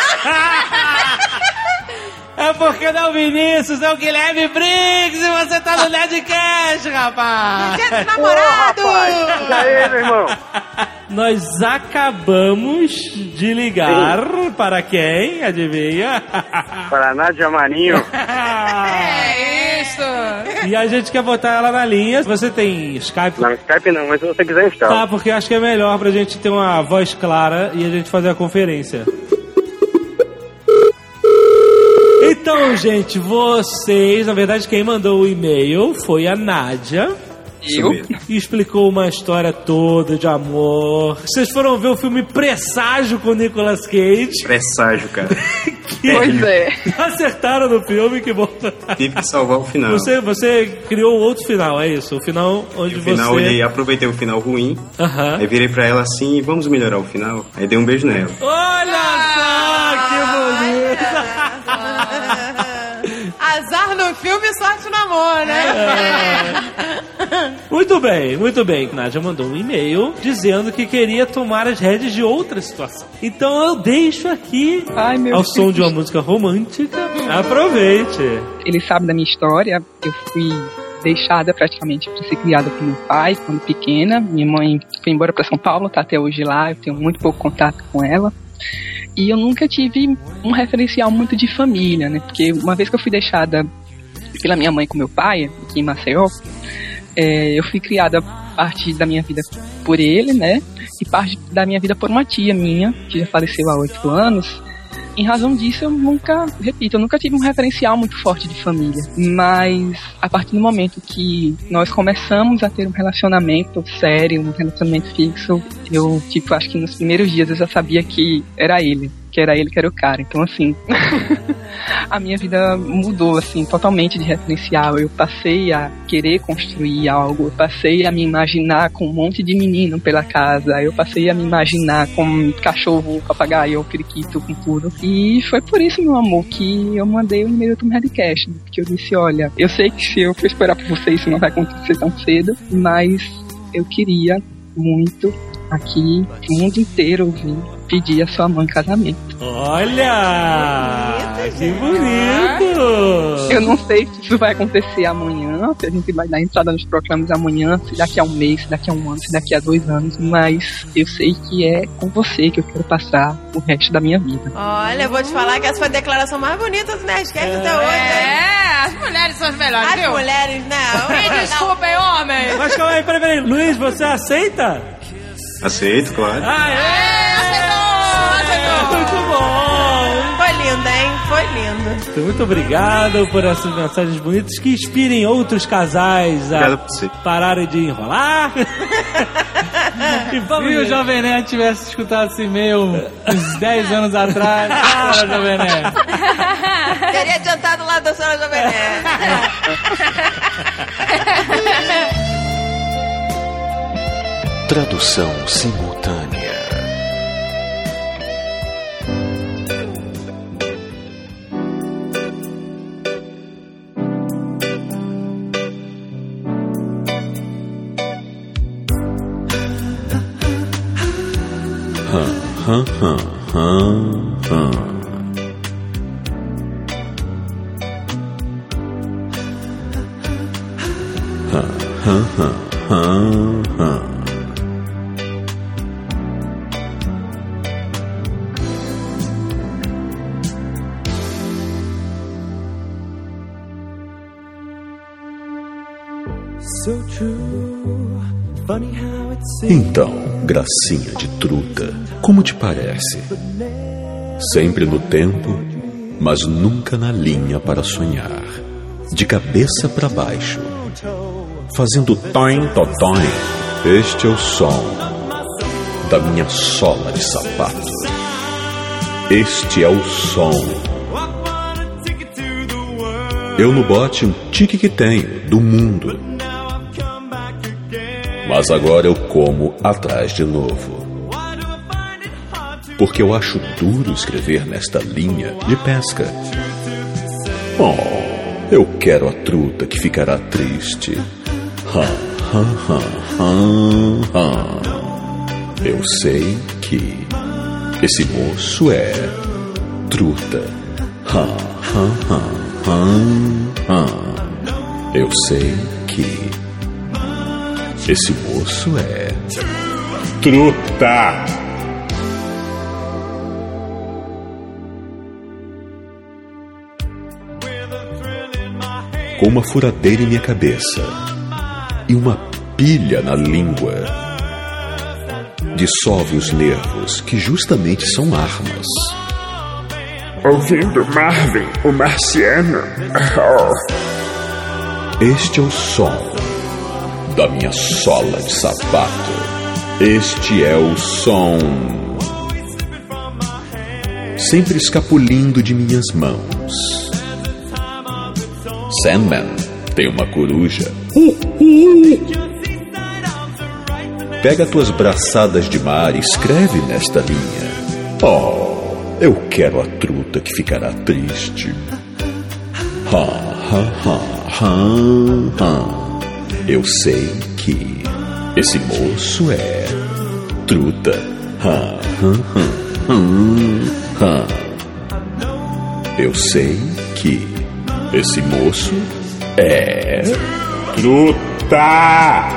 É porque não, Vinícius, é o Guilherme Briggs e você tá no Nerdcast, rapaz! Dia dos namorados. E aí, meu irmão? Nós acabamos de ligar para quem? Adivinha? Para a Nádia Marinho. É isso. E a gente quer botar ela na linha. Você tem Skype? Não, Skype não, mas se você quiser Tá, instalar. porque eu acho que é melhor pra gente ter uma voz clara e a gente fazer a conferência. Então, gente, vocês, na verdade, quem mandou o e-mail foi a Nádia. Eu? E explicou uma história toda de amor. Vocês foram ver o filme Presságio com Nicolas Cage. Presságio, cara. Que Pois é. acertaram no filme, que bom. Tive que salvar o final. Você, você criou outro final, é isso? O final onde No final, você... olhei, aproveitei o final ruim. Aham. Aí virei pra ela assim, vamos melhorar o final. Aí dei um beijo nela. Olha só, que bonito. Azar no filme, sorte no amor, né? Muito bem, muito bem. Nádia mandou um e-mail dizendo que queria tomar as rédeas de outra situação. Então eu deixo aqui, Ai, meu ao Deus. som de uma música romântica. Aproveite. Ele sabe da minha história. Eu fui deixada praticamente para ser criada por meu pai quando pequena. Minha mãe foi embora para São Paulo, tá até hoje lá. Eu tenho muito pouco contato com ela. E eu nunca tive um referencial muito de família, né? Porque uma vez que eu fui deixada pela minha mãe com meu pai, aqui em Maceió, é, eu fui criada parte da minha vida por ele, né? E parte da minha vida por uma tia minha, que já faleceu há oito anos. Em razão disso, eu nunca, repito, eu nunca tive um referencial muito forte de família. Mas, a partir do momento que nós começamos a ter um relacionamento sério, um relacionamento fixo, eu, tipo, acho que nos primeiros dias eu já sabia que era ele. Que era ele que era o cara. Então, assim, a minha vida mudou, assim, totalmente de referencial. Eu passei a querer construir algo. Eu passei a me imaginar com um monte de menino pela casa. Eu passei a me imaginar com cachorro, papagaio, periquito, com tudo. E foi por isso, meu amor, que eu mandei o e-mail do Nerdcast. Porque eu disse, olha, eu sei que se eu for esperar por você, isso não vai acontecer tão cedo. Mas eu queria muito aqui, o mundo inteiro ouvir, pedir a sua mãe em casamento. Olha! Que bonito! Eu não sei se isso vai acontecer amanhã, se a gente vai dar entrada nos proclames amanhã, se daqui a um mês, se daqui a um ano, se daqui a dois anos, mas eu sei que é com você que eu quero passar o resto da minha vida. Olha, eu vou te falar que essa foi a declaração mais bonita do Nerdcast até hoje. hein? É, as mulheres são as melhores, As viu? mulheres, não. Me desculpem, homem. Mas calma aí, peraí, peraí. Luiz, você aceita? Aceito, claro. Ah, é? É, aceitou, aceitou. Muito bom! Foi lindo, hein? Foi lindo. Muito obrigado por essas mensagens bonitas que inspirem outros casais a Obrigado por você. pararem de enrolar. E vamos Se o Jovem Nerd tivesse escutado esse e-mail uns dez anos atrás, fala, Jovem Nerd. Teria adiantado lá da senhora Jovem Nerd. Tradução simultânea. Hum, hum, hum, hum, hum. Hum, hum, hum, hum, hum. Então, gracinha de truta, como te parece? Sempre no tempo, mas nunca na linha para sonhar. De cabeça para baixo, fazendo toim totoim. Este é o som da minha sola de sapato. Este é o som. Eu no bote um tique que tenho do mundo. Mas agora eu como atrás de novo. Porque eu acho duro escrever nesta linha de pesca. Oh, eu quero a truta que ficará triste. Ha, ha, ha, ha, ha. Eu sei que esse moço é truta. Ha, ha, ha, ha, ha. Eu sei que esse moço é truta. Com uma furadeira em minha cabeça e uma pilha na língua, dissolve os nervos que justamente são armas. Ouvindo Marvin, o marciano. Oh. Este é o som da minha sola de sapato. Este é o som, sempre escapulindo de minhas mãos. Sandman tem uma coruja. Uh, uh. Pega tuas braçadas de mar e escreve nesta linha. Oh, eu quero a truta que ficará triste. Ha, ha, ha, ha, ha. Eu sei que esse moço é truta. Ha, ha, ha, ha, ha. Eu sei que esse moço é truta.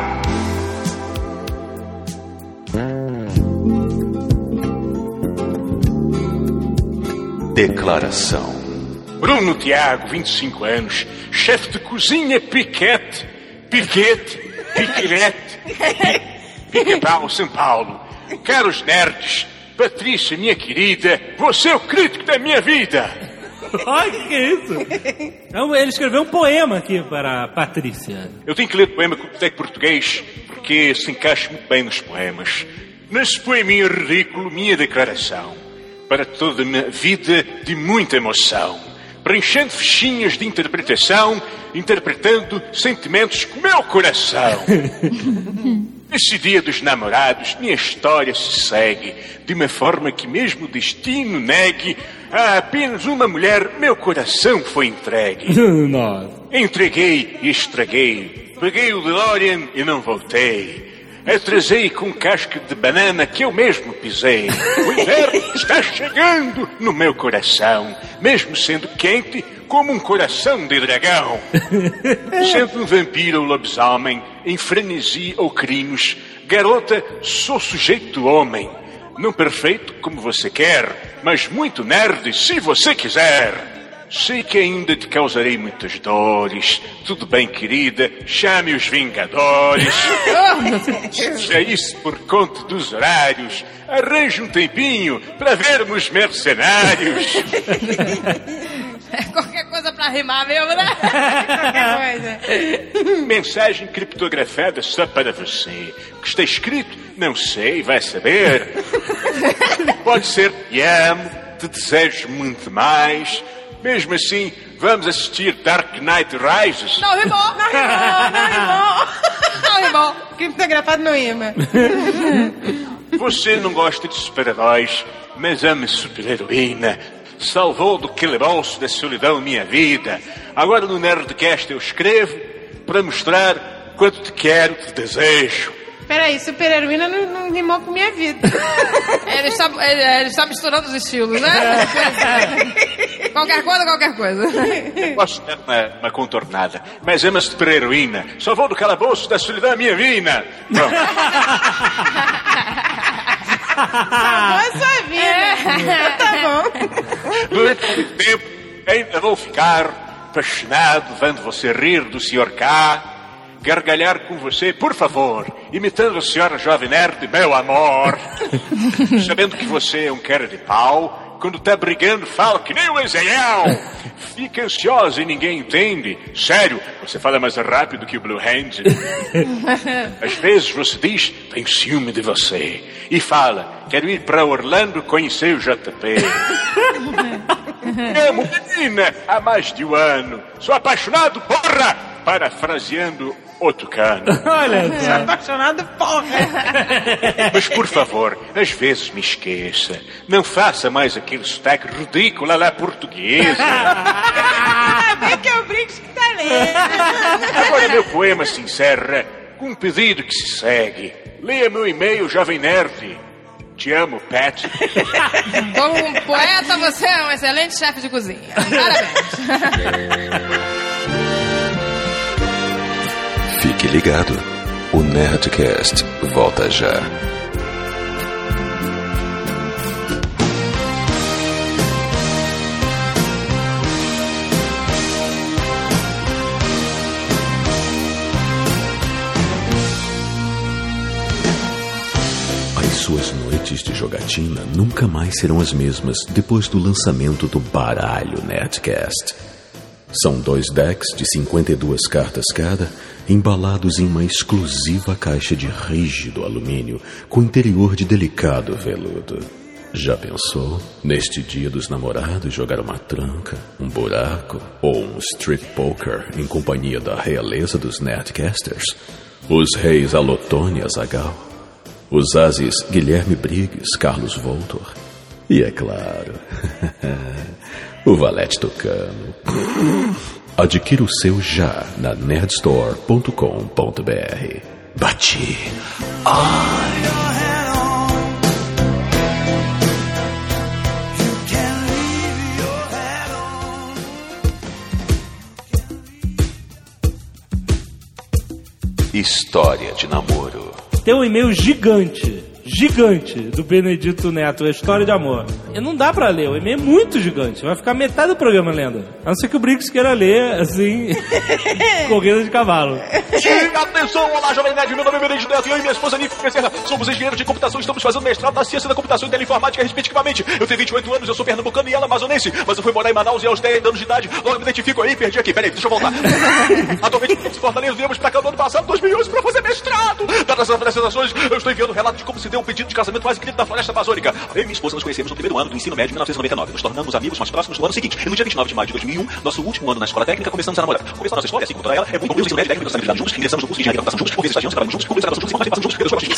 Declaração. Bruno Tiago, vinte e cinco anos, chefe de cozinha Piquete, Piquete, Piquete, Pica-Pau, São Paulo. Caros nerds, Patrícia, minha querida, você é o crítico da minha vida. Ai, que é isso? Então, ele escreveu um poema aqui para a Patrícia. Eu tenho que ler poema com o português, porque se encaixa muito bem nos poemas. Nesse poeminha ridículo, minha declaração. Para toda a minha vida de muita emoção. Preenchendo fichinhas de interpretação, interpretando sentimentos com meu coração. Nesse dia dos namorados, minha história se segue de uma forma que mesmo o destino negue. A apenas uma mulher, meu coração foi entregue. Nossa. Entreguei e estraguei. Peguei o DeLorean e não voltei. Atrasei com casca de banana que eu mesmo pisei. O inverno está chegando no meu coração, mesmo sendo quente como um coração de dragão. Sendo um vampiro ou lobisomem, em frenesi ou crinos, garota, sou sujeito homem. Não perfeito como você quer, mas muito nerd se você quiser. Sei que ainda te causarei muitas dores. Tudo bem, querida, chame os Vingadores. Seja isso por conta dos horários. Arranje um tempinho para vermos Mercenários. Qualquer coisa pra rimar mesmo, né? Qualquer coisa. Mensagem criptografada só para você. O que está escrito, não sei, vai saber. Pode ser te amo, te desejo muito mais. Mesmo assim, vamos assistir Dark Knight Rises. Não rimou, não rimou, não rimou. Não rimou. Criptografado não rima. Você não gosta de super-heróis, mas ama super-heroína. Salvou do calabouço da solidão minha vida. Agora no Nerdcast eu escrevo para mostrar quanto te quero, te desejo. Peraí, super-heroína não, não rimou com minha vida. Ele está, ele, ele está misturando os estilos, né? Qualquer coisa, qualquer coisa. Posso dar uma, uma contornada, mas ama super-heroína. Salvou do calabouço da solidão minha vida. Pronto. Salvou a sua vida. É. Tá bom. Durante muito tempo ainda vou ficar fascinado vendo você rir do senhor K. gargalhar com você, por favor, imitando a senhora Jovem Nerd, meu amor. Sabendo que você é um cara de pau, quando tá brigando, fala que nem um Ezequiel. Fica ansiosa e ninguém entende. Sério, você fala mais rápido que o Blue Hand. Às vezes você diz, tenho ciúme de você. E fala, quero ir pra Orlando conhecer o J P. Amo menina há mais de um ano. Sou apaixonado, porra! Parafraseando o Tucano. Olha, Sou apaixonado, porra. Mas por favor, às vezes me esqueça. Não faça mais aquele sotaque ridículo lá portuguesa. Vem que eu brinco que tá lendo. Agora meu poema se encerra com um pedido que se segue. Leia meu e-mail, Jovem Nerd. Te amo, Pat. Como poeta, você é um excelente chefe de cozinha. Parabéns. Fique ligado. O Nerdcast volta já. Suas noites de jogatina nunca mais serão as mesmas depois do lançamento do Baralho Nerdcast. São dois decks de cinquenta e duas cartas cada, embalados em uma exclusiva caixa de rígido alumínio com interior de delicado veludo. Já pensou, neste dia dos namorados, jogar uma tranca, um buraco ou um street poker em companhia da realeza dos Nerdcasters? Os reis Alotone e Azaghal? Os ases Guilherme Briggs, Carlos Voltor e, é claro, o Valete Tucano. Adquira o seu já na nerdstore ponto com ponto b r. Bati. Ai. História de namoro. Tem um e-mail gigante, gigante, do Benedito Neto, a história de amor. E não dá pra ler, o e-mail é muito gigante. Vai ficar metade do programa lendo. A não ser que o Briggs queira ler, assim, corrida de cavalo. Atenção, olá, Jovem Nerd, meu nome é Benedito Neto e eu e minha esposa Nick Becerra somos engenheiros de computação e estamos fazendo mestrado na ciência da computação e teleinformática, respectivamente. Eu tenho vinte e oito anos, eu sou pernambucano e ela amazonense, mas eu fui morar em Manaus e aos dez anos de idade, logo me identifico aí, perdi aqui, peraí, deixa eu voltar. Atualmente, em Fortaleza, viemos pra cá no ano passado, dois mil e onze, pra fazer mestrado. Dadas as apresentações, eu estou enviando um relato de como se deu um pedido de casamento mais incrível da floresta amazônica. Eu e minha esposa nos conhecemos no primeiro ano do ensino médio de mil novecentos e noventa e nove. Nos tornamos amigos mais próximos no ano seguinte. E no dia vinte e nove de maio de dois mil e um, nosso último ano na escola técnica, começamos a namorar. Começar a nossa história, assim como toda ela, é muito bom. O ensino médio técnico, nós estamos juntos, ingressamos no curso de engenharia da computação juntos, por vezes estagiamos, trabalhamos juntos, por vezes trabalhamos juntos, e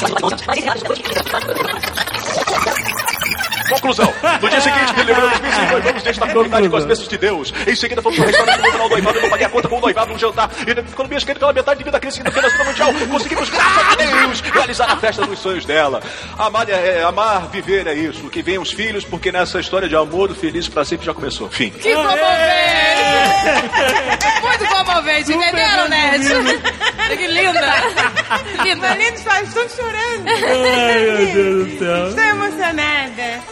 conclusão. No dia seguinte, celebramos isso e nós vamos desde a prioridade com as bênçãos de Deus. Em seguida, fomos ao restaurante no final do noivado. Eu não paguei a conta com o noivado no jantar. E na economia cheguei pela metade devido à crise financeira mundial. Conseguimos, graças a Deus, realizar a festa dos sonhos dela. Amar, é, amar, viver é isso. Que venham os filhos, porque nessa história de amor, o feliz pra sempre já começou. Fim. Que comovente! Muito comovente, entenderam, Nerd? Que linda! Linda! Lindo, estou chorando. Ai, meu Deus do céu. Estou emocionada.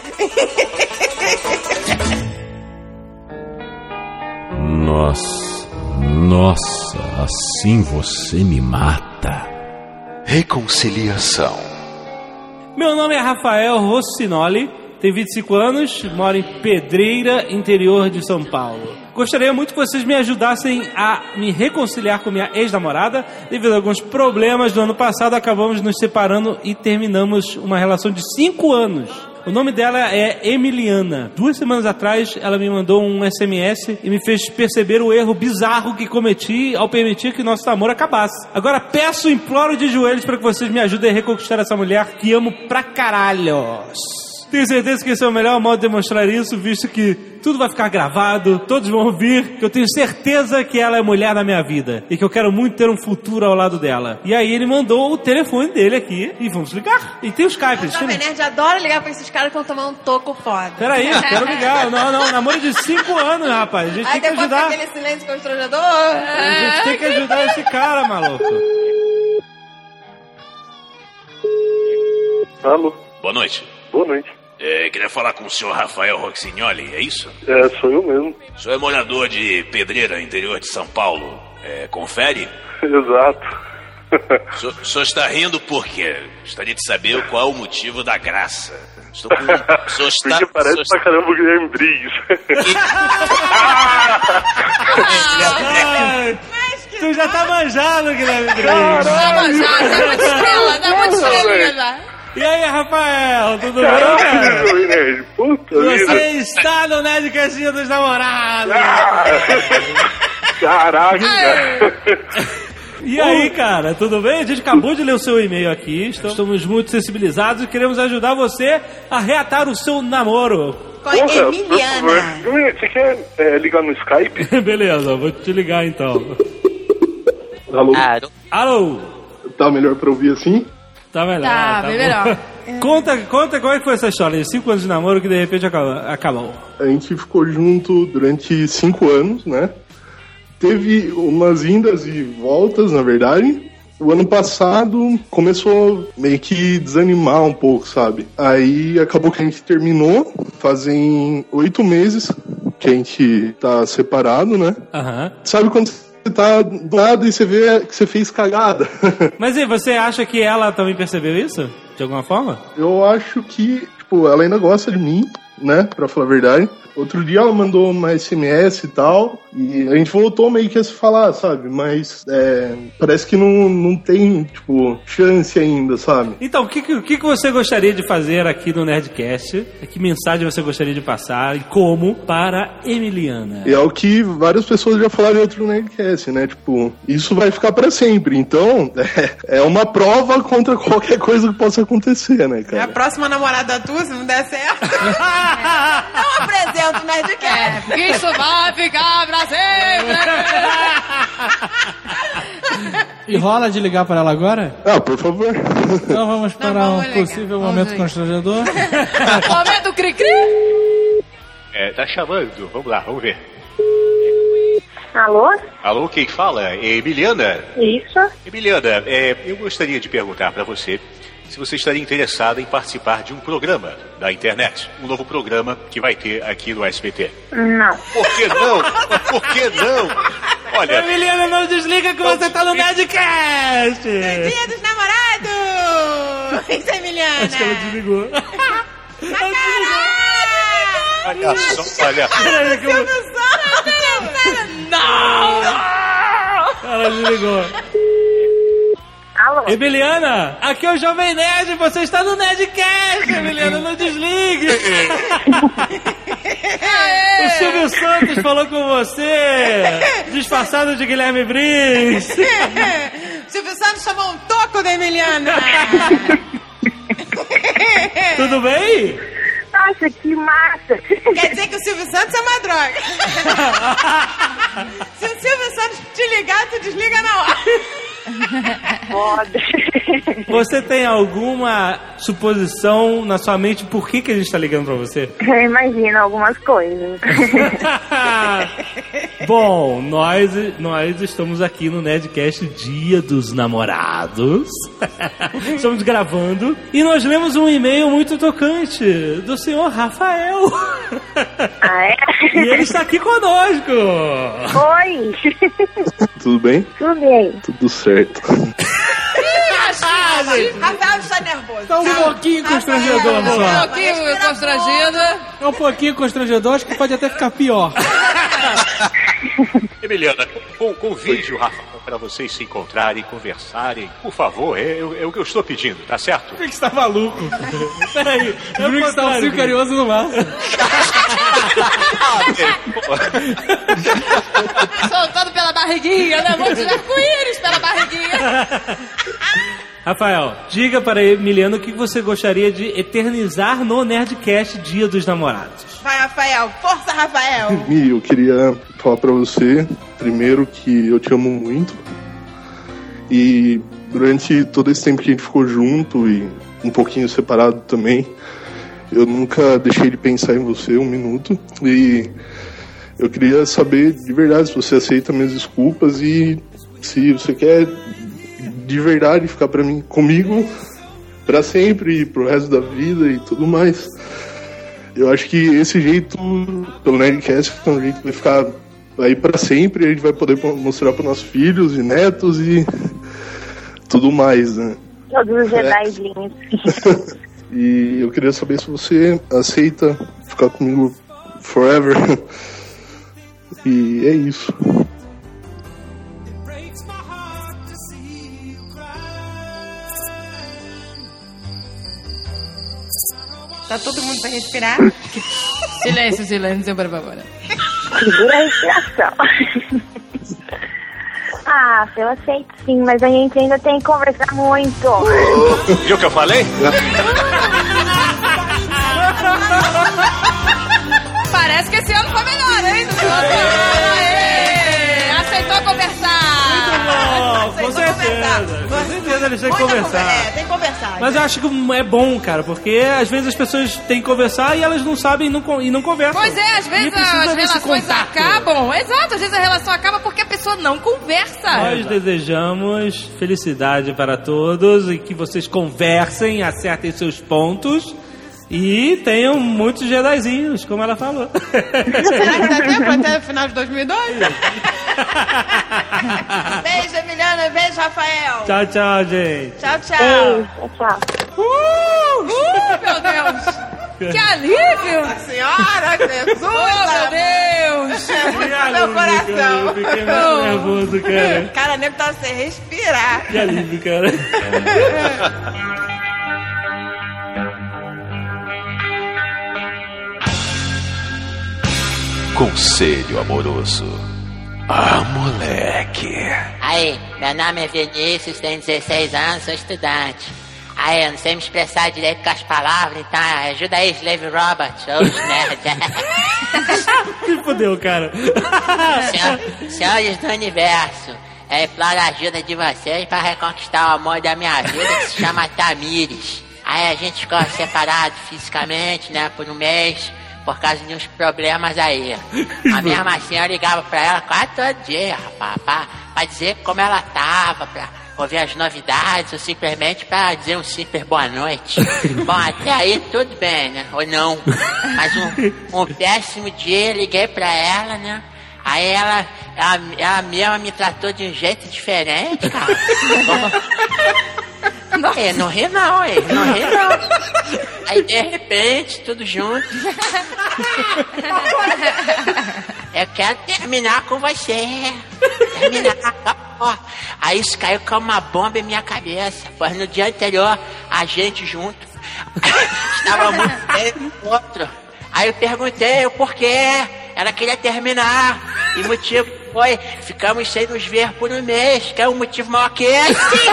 Nossa, nossa, assim você me mata. Reconciliação. Meu nome é Rafael Rossinoli, tenho vinte e cinco anos, moro em Pedreira, interior de São Paulo. Gostaria muito que vocês me ajudassem a me reconciliar com minha ex-namorada. Devido a alguns problemas do ano passado, acabamos nos separando e terminamos uma relação de cinco anos. O nome dela é Emiliana. Duas semanas atrás, ela me mandou um S M S e me fez perceber o erro bizarro que cometi ao permitir que nosso namoro acabasse. Agora peço, imploro de joelhos para que vocês me ajudem a reconquistar essa mulher que amo pra caralhos. Tenho certeza que esse é o melhor modo de demonstrar isso, visto que tudo vai ficar gravado, todos vão ouvir, que eu tenho certeza que ela é mulher da minha vida e que eu quero muito ter um futuro ao lado dela. E aí ele mandou o telefone dele aqui e vamos ligar. E tem os Skype. O Jovem Nerd adora ligar pra esses caras quando tomar um toco foda. Peraí, quero ligar. Não, não, namoro de cinco anos, rapaz. A gente aí tem que ajudar. Aquele silêncio constrangedor. A gente tem que ajudar esse cara, maluco. Alô? Boa noite. Boa noite. É, queria falar com o senhor Rafael Roxignoli, é isso? É, sou eu mesmo. O senhor é morador de Pedreira, interior de São Paulo. É, confere? Exato. O senhor está rindo por quê? Gostaria de saber qual o motivo da graça. Estou com... O senhor está... Porque parece pra senhor... caramba o Guilherme Briggs. Tu já tá manjado, Guilherme Briggs. Tá manjado, tá muito estrela, tá muito estrelinha já. E aí, Rafael, tudo Caralho, bem? Nerd, puta Você vida. está no Nerdcast dos Namorados. Caraca. E aí, cara, tudo bem? A gente acabou de ler o seu e-mail aqui, estamos muito sensibilizados e queremos ajudar você a reatar o seu namoro. Com a Emiliana. Você quer é, ligar no Skype? Beleza, vou te ligar então. Alô? Alô? Tá melhor pra ouvir assim? Tá melhor. Tá, bem melhor. Conta, conta como é que foi essa história de cinco anos de namoro que de repente acabou. acabou. A gente ficou junto durante cinco anos, né? Teve umas indas e voltas, na verdade. O ano passado começou meio que desanimar um pouco, sabe? Aí acabou que a gente terminou. Fazem oito meses que a gente tá separado, né? Aham. Sabe quando você tá do lado e você vê que você fez cagada? Mas e você acha que ela também percebeu isso? De alguma forma? Eu acho que, tipo, ela ainda gosta de mim, né? Pra falar a verdade. Outro dia ela mandou uma S M S e tal, e a gente voltou meio que a se falar, sabe? Mas é, parece que não, não tem, tipo, chance ainda, sabe? Então, o que, que, que você gostaria de fazer aqui no Nerdcast? Que mensagem você gostaria de passar e como para Emiliana? E é o que várias pessoas já falaram em outro Nerdcast, né? Tipo, isso vai ficar pra sempre. Então, é, é uma prova contra qualquer coisa que possa acontecer, né, cara? É a próxima namorada tua, se não der certo. Não apresenta o Nerdcast. É, porque isso vai ficar pra sempre. E rola de ligar para ela agora? Ah, por favor. Então vamos para Não, vamos um ligar. possível Vamos momento ligar. constrangedor. Momento cri-cri. É, tá chamando. Vamos lá, vamos ver. Alô? Alô, quem fala? É Emiliana? Isso? Emiliana, é, eu gostaria de perguntar pra você se você estaria interessada em participar de um programa da internet. Um novo programa que vai ter aqui no S B T. Não. Por que não? Por que não? Olha... Emiliana, não desliga que você tá no Nerdcast! Dia dos namorados! Isso, Emiliana! Acho que ela desligou. Olha só, olha... Peraí que eu... Não! Ela desligou. Alô? Emiliana, aqui é o Jovem Nerd, você está no Nerdcast, Emiliana, não desligue. O Silvio Santos falou com você, disfarçado de Guilherme Briggs. Silvio Santos chamou um toco da Emiliana. Tudo bem? Nossa, que massa! Quer dizer que o Silvio Santos é uma droga. Se o Silvio Santos te ligar, tu desliga na hora. Foda. Você tem alguma suposição na sua mente por que, que a gente tá ligando pra você? Eu imagino algumas coisas. Bom, nós, nós estamos aqui no Nerdcast Dia dos Namorados. Estamos gravando e nós lemos um e-mail muito tocante do senhor Rafael. Ah, é? E ele está aqui conosco. Oi! Tudo bem? Tudo bem. Tudo certo. Rafael está nervoso. Tá um pouquinho constrangedor, Um só. pouquinho constrangido. É um pouquinho constrangedor, acho que pode até ficar pior. Emiliana, com, convide o Rafa para vocês se encontrarem, conversarem. Por favor, é, é o que eu estou pedindo, tá certo? O que você tá maluco? Peraí, O Briggs tá um carinhoso no mar. Soltando pela barriguinha, né? Muitos arco-íris pela barriguinha. Rafael, diga para Emiliano o que você gostaria de eternizar no Nerdcast Dia dos Namorados. Vai, Rafael. Força, Rafael. Mi, eu queria falar pra você, primeiro, que eu te amo muito. E durante todo esse tempo que a gente ficou junto e um pouquinho separado também, eu nunca deixei de pensar em você um minuto. E eu queria saber de verdade se você aceita minhas desculpas e se você quer de verdade ficar pra mim, comigo pra sempre e pro resto da vida e tudo mais. Eu acho que esse jeito, pelo Nerdcast, é um jeito que vai ficar aí pra sempre, a gente vai poder mostrar para nossos filhos e netos e tudo mais, né? Todos os Jedizinhos. E eu queria saber se você aceita ficar comigo forever. E é isso. Tá todo mundo pra respirar? Silêncio, silêncio, por favor. Segura a respiração. Ah, eu aceito sim, mas a gente ainda tem que conversar muito. Viu o que eu falei? Parece que esse ano foi melhor, hein? Aê! Aceitou conversar. Muito bom, com certeza. Com certeza eles têm que conversar. É, tem que conversar. Mas eu acho que é bom, cara, porque às vezes as pessoas têm que conversar e elas não sabem e não, e não conversam. Pois é, às vezes as relações acabam. Exato, às vezes a relação acaba porque a pessoa não conversa. Nós desejamos felicidade para todos e que vocês conversem, acertem seus pontos e tenham muitos Jedizinhos, como ela falou. Será que dá tempo até o final de dois mil e dois? Beijo, Emiliana. Beijo, Rafael. Tchau, tchau, gente. Tchau, tchau. Tchau, tchau. Uh, uh, meu Deus. Que alívio. Nossa senhora, Jesus. Oh, meu Deus. Meu coração. Eu fiquei muito nervoso, cara. Cara, nem tava sem respirar. Que alívio, cara. Conselho amoroso. Ah, moleque. Aí, meu nome é Vinícius, tenho dezesseis anos, sou estudante. Aí, eu não sei me expressar direito com as palavras, então ajuda aí, Slave Robert, ou os nerds. Se fodeu, cara. Senhor, senhores do universo, eu imploro a ajuda de vocês para reconquistar o amor da minha vida, que se chama Tamires. Aí a gente ficou separado fisicamente, né, por um mês, por causa de uns problemas aí. A minha irmãzinha ligava pra ela quase todo dia, rapaz, pra, pra dizer como ela tava, pra ouvir as novidades, ou simplesmente pra dizer um simples boa noite. Bom, até aí tudo bem, né? Ou não. Mas um, um péssimo dia, liguei pra ela, né? Aí ela, ela, ela mesma me tratou de um jeito diferente, cara. É, não ri não, é, não ri não. Aí de repente, tudo junto. Eu quero terminar com você. Terminar. Ó, aí isso caiu como uma bomba em minha cabeça. Pois no dia anterior, a gente junto estava muito bem com o outro. Aí eu perguntei o porquê. Ela queria terminar. E o motivo foi: ficamos sem nos ver por um mês. Que é um motivo maior que esse.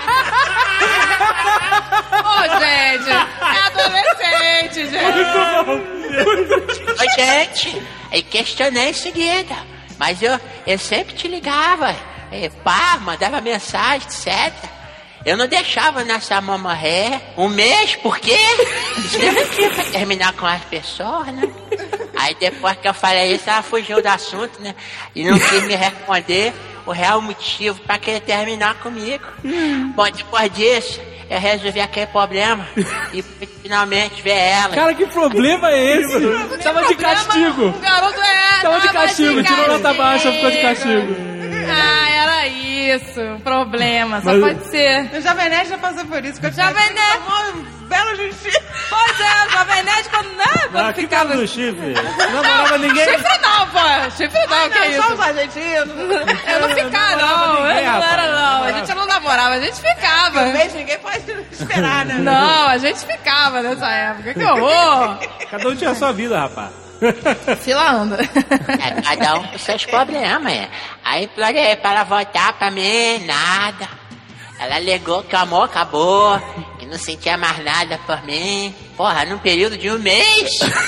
Ô, oh, gente, é adolescente, gente. Ô, gente, aí questionei em seguida. Mas eu, eu sempre te ligava. E, pá, mandava mensagem, etcétera. Eu não deixava nessa mão morrer. Um mês, por quê? Você não tinha pra terminar com as pessoas, né? Aí depois que eu falei isso, ela fugiu do assunto, né? E não quis me responder o real motivo pra querer terminar comigo. Bom, depois disso, eu resolvi aquele problema e finalmente ver ela. Cara, que problema é esse? Que Tava problema? de castigo. O garoto é... Tava de castigo, tirou nota baixa, ficou de castigo. Ah, era isso. Problema, só Mas... pode ser. O Jovem Nerd já passou por isso. O Jovem Nerd... Um belo justiça. Pois é, o Jovem Nerd quando... Não, quando ah, ficava... do chifre. Não namorava ninguém. Chifre não, pô. Chifre não, ah, que não, é isso? Só os argentinos. Eu não ficava, não. não. Eu não era, não. A gente não namorava, a gente ficava. Talvez ninguém pode esperar, né? Não, a gente ficava nessa época. Que horror. Cada um tinha a sua vida, rapaz. Fila anda. É, cada um com seus problemas, é. Aí implorei para ela voltar pra mim, nada. Ela alegou que o amor acabou, que não sentia mais nada por mim. Porra, num período de um mês?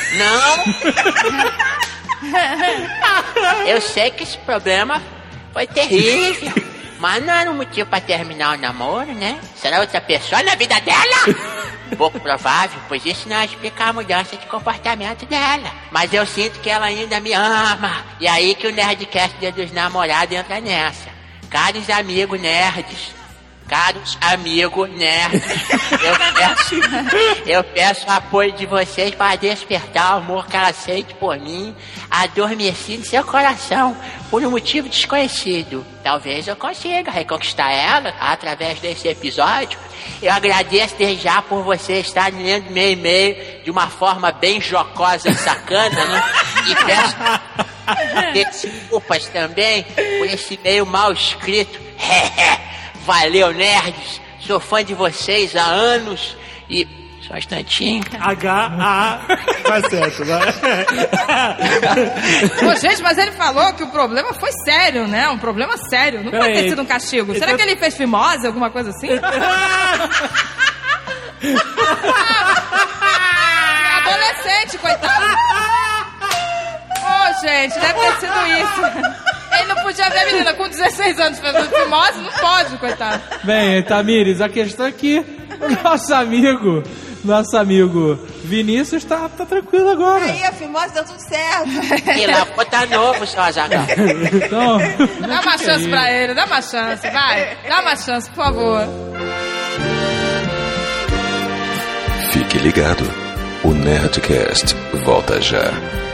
Não. Eu sei que esse problema foi terrível, mas não era um motivo pra terminar o namoro, né? Será outra pessoa na vida dela? Pouco provável, pois isso não explica a mudança de comportamento dela. Mas eu sinto que ela ainda me ama. E aí que o Nerdcast Dia dos Namorados entra nessa. Caros amigos nerds, Caros amigos nerds, eu peço, eu peço o apoio de vocês para despertar o amor que ela sente por mim, adormecido em seu coração, por um motivo desconhecido. Talvez eu consiga reconquistar ela através desse episódio. Eu agradeço desde já por você estar lendo meu e-mail de uma forma bem jocosa e sacana, né? E peço desculpas também por esse e-mail mal escrito. Valeu, nerds! Sou fã de vocês há anos e... Só um instantinho. H A Tá certo, vai. Ô, gente, mas ele falou que o problema foi sério, né? Um problema sério. Não pode ter sido um castigo. Será que ele fez fimose, alguma coisa assim? Adolescente, coitado. Ô, gente, deve ter sido isso. Ele não podia ver a menina com dezesseis anos fazendo fimose? Não pode, coitado. Bem, Tamires, a questão é que o nosso amigo, nosso amigo Vinícius tá, tá tranquilo agora. Aí, a fimose deu tudo certo. E lá, tá novo, seu Azaghal. Então, dá uma chance pra ele, dá uma chance, vai. Dá uma chance, por favor. Fique ligado, o Nerdcast volta já.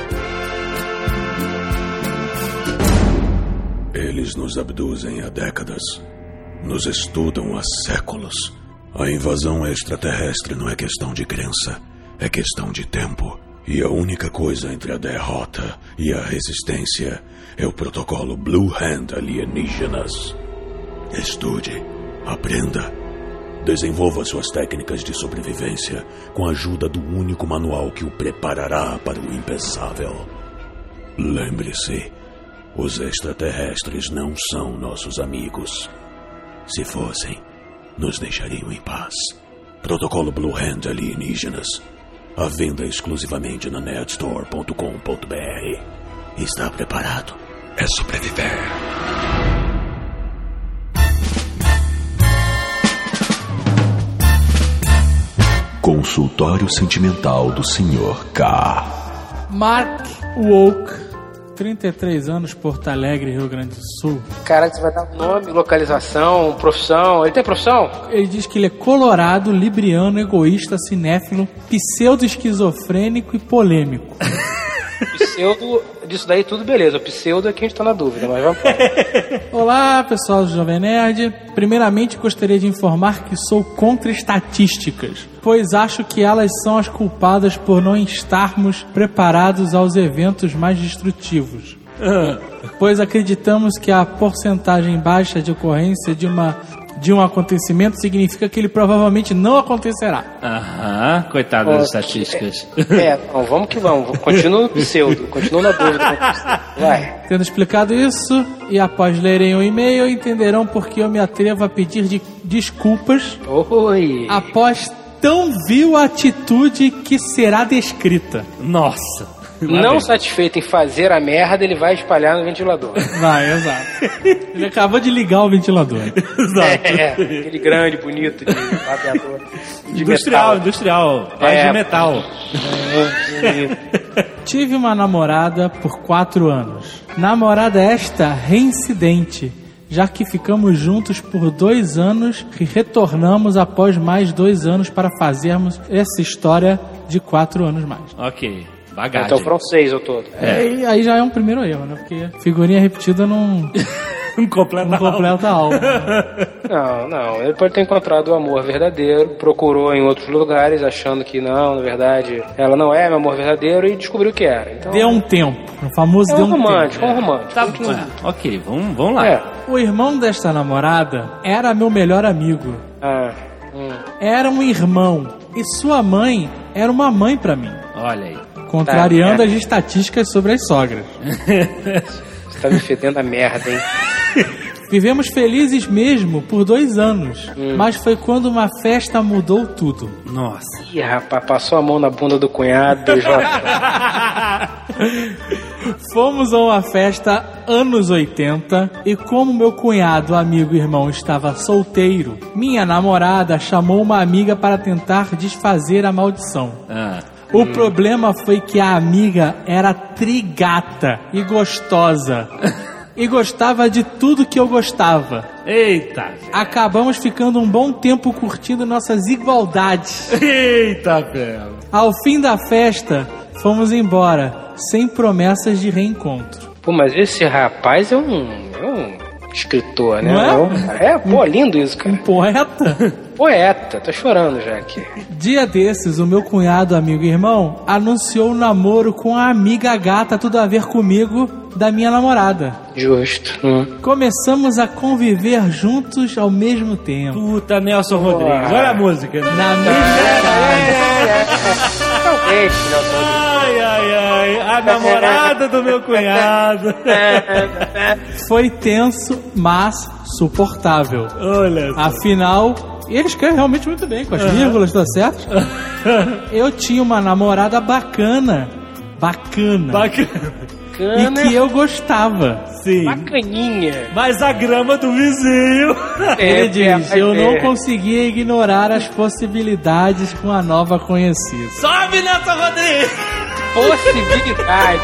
Eles nos abduzem há décadas. Nos estudam há séculos. A invasão extraterrestre não é questão de crença, é questão de tempo. E a única coisa entre a derrota e a resistência é o protocolo Blue Hand Alienígenas. Estude, aprenda, desenvolva suas técnicas de sobrevivência com a ajuda do único manual que o preparará para o impensável. Lembre-se, os extraterrestres não são nossos amigos. Se fossem, nos deixariam em paz. Protocolo Blue Hand Alienígenas. À venda exclusivamente na nerdstore ponto com ponto b r. Está preparado? É sobreviver. Consultório Sentimental do senhor K. Mark Woke, trinta e três anos, Porto Alegre, Rio Grande do Sul. Caraca, você vai dar nome, localização, profissão. Ele tem profissão? Ele diz que ele é colorado, libriano, egoísta, cinéfilo, pseudo-esquizofrênico e polêmico. Pseudo, disso daí tudo beleza. O pseudo é que a gente tá na dúvida, mas vamos. Olá, pessoal do Jovem Nerd. Primeiramente, gostaria de informar que sou contra estatísticas, pois acho que elas são as culpadas por não estarmos preparados aos eventos mais destrutivos. Pois acreditamos que a porcentagem baixa de ocorrência de uma de um acontecimento significa que ele provavelmente não acontecerá. Aham, coitado das estatísticas. É, é, não, vamos que vamos. Continua no pseudo, continua na dúvida. Vai. Tendo explicado isso, e após lerem o e-mail, entenderão porque eu me atrevo a pedir de desculpas. Oi. Após tão vil atitude que será descrita. Nossa. Não satisfeito em fazer a merda, ele vai espalhar no ventilador. Vai, exato. Ele acabou de ligar o ventilador. Exato. É, aquele grande, bonito de radiador. De industrial, metal. industrial. Faz É, de metal. É, Tive uma namorada por quatro anos. Namorada esta reincidente, já que ficamos juntos por dois anos e retornamos após mais dois anos para fazermos essa história de quatro anos mais. Ok. Bagagem. Então foram seis ao todo. É. E aí já é um primeiro erro, né? Porque figurinha repetida não... Não completa, não completa a alma. Não, não. Ele pode ter encontrado o amor verdadeiro, procurou em outros lugares, achando que não, na verdade, ela não é meu amor verdadeiro e descobriu que era. Então, deu um tempo. O famoso é um deu um romântico, tempo. É um romântico, Tá, um ah, ok, vamos, vamos lá. É. O irmão desta namorada era meu melhor amigo. Ah, hum. Era um irmão. E sua mãe era uma mãe pra mim. Olha aí. Contrariando Tá, é. as estatísticas sobre as sogras. Você tá me fedendo a merda, hein? Vivemos felizes mesmo por dois anos. Hum. Mas foi quando uma festa mudou tudo. Nossa. Ih, rapaz, passou a mão na bunda do cunhado, deu J. Fomos a uma festa anos oitenta e como meu cunhado, amigo e irmão estava solteiro, minha namorada chamou uma amiga para tentar desfazer a maldição. Ah. O hum. problema foi que a amiga era trigata e gostosa. e gostava de tudo que eu gostava. Eita! Acabamos ficando um bom tempo curtindo nossas igualdades. Eita, velho! Ao fim da festa, fomos embora, sem promessas de reencontro. Pô, mas esse rapaz é um, é um escritor, né? Não é? É, pô, lindo isso, cara. Um poeta? Poeta, tô chorando já aqui. Dia desses, o meu cunhado, amigo e irmão, anunciou o namoro com a amiga gata, tudo a ver comigo, da minha namorada. Justo. Hum. Começamos a conviver juntos ao mesmo tempo. Puta, Nelson Rodrigues, olha a música. Na mesma casa. Ai, ai, ai, a namorada do meu cunhado. Foi tenso, mas suportável. Olha. Afinal, ele escreve realmente muito bem, com as uhum. vírgulas, tá certo? Eu tinha uma namorada bacana. Bacana. Bacana. E que eu gostava. Sim. Bacaninha. Mas a grama do vizinho. Ele diz, eu não conseguia ignorar as possibilidades com a nova conhecida. Sobe, Nelson Rodrigues! Possibilidade.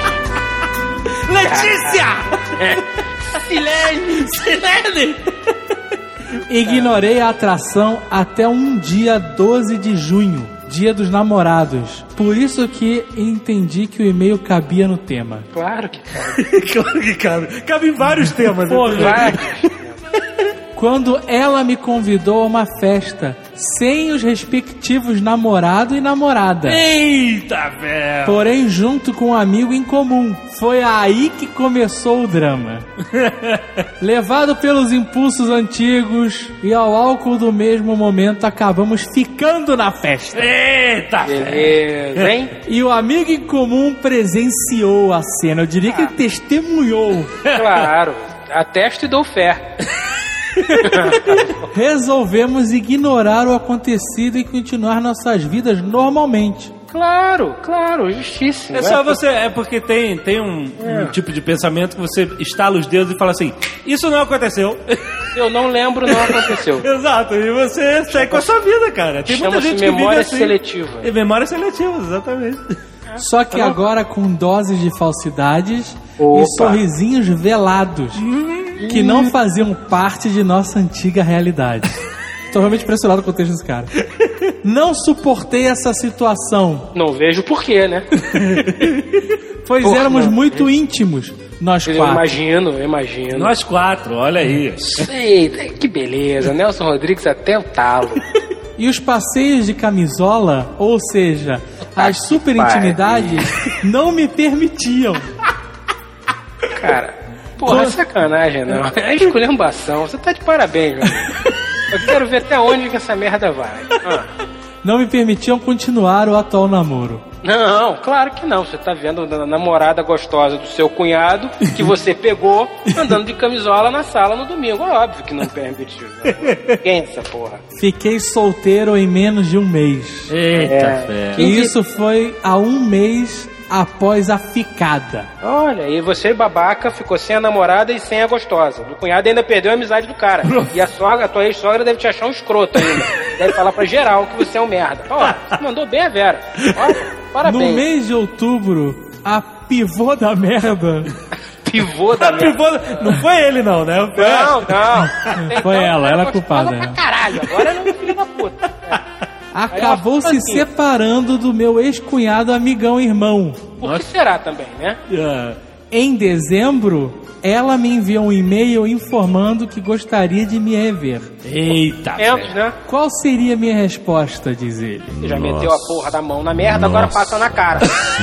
Letícia! Silene! Silene! Ignorei a atração até um dia doze de junho, dia dos namorados. Por isso que entendi que o e-mail cabia no tema. Claro que cabe. Claro que cabe. Cabe em vários temas. Pô, né? vai. Quando ela me convidou a uma festa, sem os respectivos namorado e namorada. Eita, velho! Porém, junto com um amigo em comum. Foi aí que começou o drama. Levado pelos impulsos antigos e ao álcool do mesmo momento, acabamos ficando na festa. Eita, beleza, hein? E o amigo em comum presenciou a cena. Eu diria ah. que ele testemunhou. Claro, atesto e dou fé. Resolvemos ignorar o acontecido e continuar nossas vidas normalmente. Claro, claro, justíssimo. É só você, é porque tem, tem um, é. um tipo de pensamento que você estala os dedos e fala assim, isso não aconteceu. Eu não lembro, não aconteceu. Exato, e você segue com a sua vida, cara. Tem muita gente que memória vive assim. seletiva. E memória seletiva, exatamente. Só que ah. agora com doses de falsidades Opa. e sorrisinhos velados. Hum. Que não faziam parte de nossa antiga realidade. Tô realmente impressionado com o texto desse cara. Não suportei essa situação. Não vejo porquê, né? Pois Porra, éramos não. muito íntimos, nós eu quatro. Imagino, eu imagino. Nós quatro, olha aí. Eita, que beleza. Nelson Rodrigues até o talo. E os passeios de camisola, ou seja, as super intimidades, não me permitiam. Cara... Porra, é sacanagem, não. É esculhambação. Você tá de parabéns, velho. Eu quero ver até onde que essa merda vai. Ah. Não me permitiam continuar o atual namoro. Não, claro que não. Você tá vendo a namorada gostosa do seu cunhado, que você pegou, andando de camisola na sala no domingo. É óbvio que não permitiu. Quem é essa porra? Fiquei solteiro em menos de um mês. Eita, é. fé. E isso foi há um mês... após a ficada. Olha, e você, babaca, ficou sem a namorada e sem a gostosa. O cunhado ainda perdeu a amizade do cara. E a sogra, a tua ex-sogra deve te achar um escroto ainda. Deve falar pra geral que você é um merda. Ó, você mandou bem a Vera. Ó, parabéns. No mês de outubro, a pivô da merda... Pivô da merda. Pivô... Não foi ele não, né? Foi não, não. Então, foi ela, ela é culpada. Pra caralho. Agora ela é filha da puta. É. Acabou se assim. separando do meu ex-cunhado amigão irmão. Por Nossa. que será também, né? Yeah. Em dezembro, ela me enviou um e-mail informando que gostaria de me rever. Eita, Menos, né? Qual seria minha resposta, diz ele? Você já Nossa. meteu a porra da mão na merda, Nossa. agora passa na cara.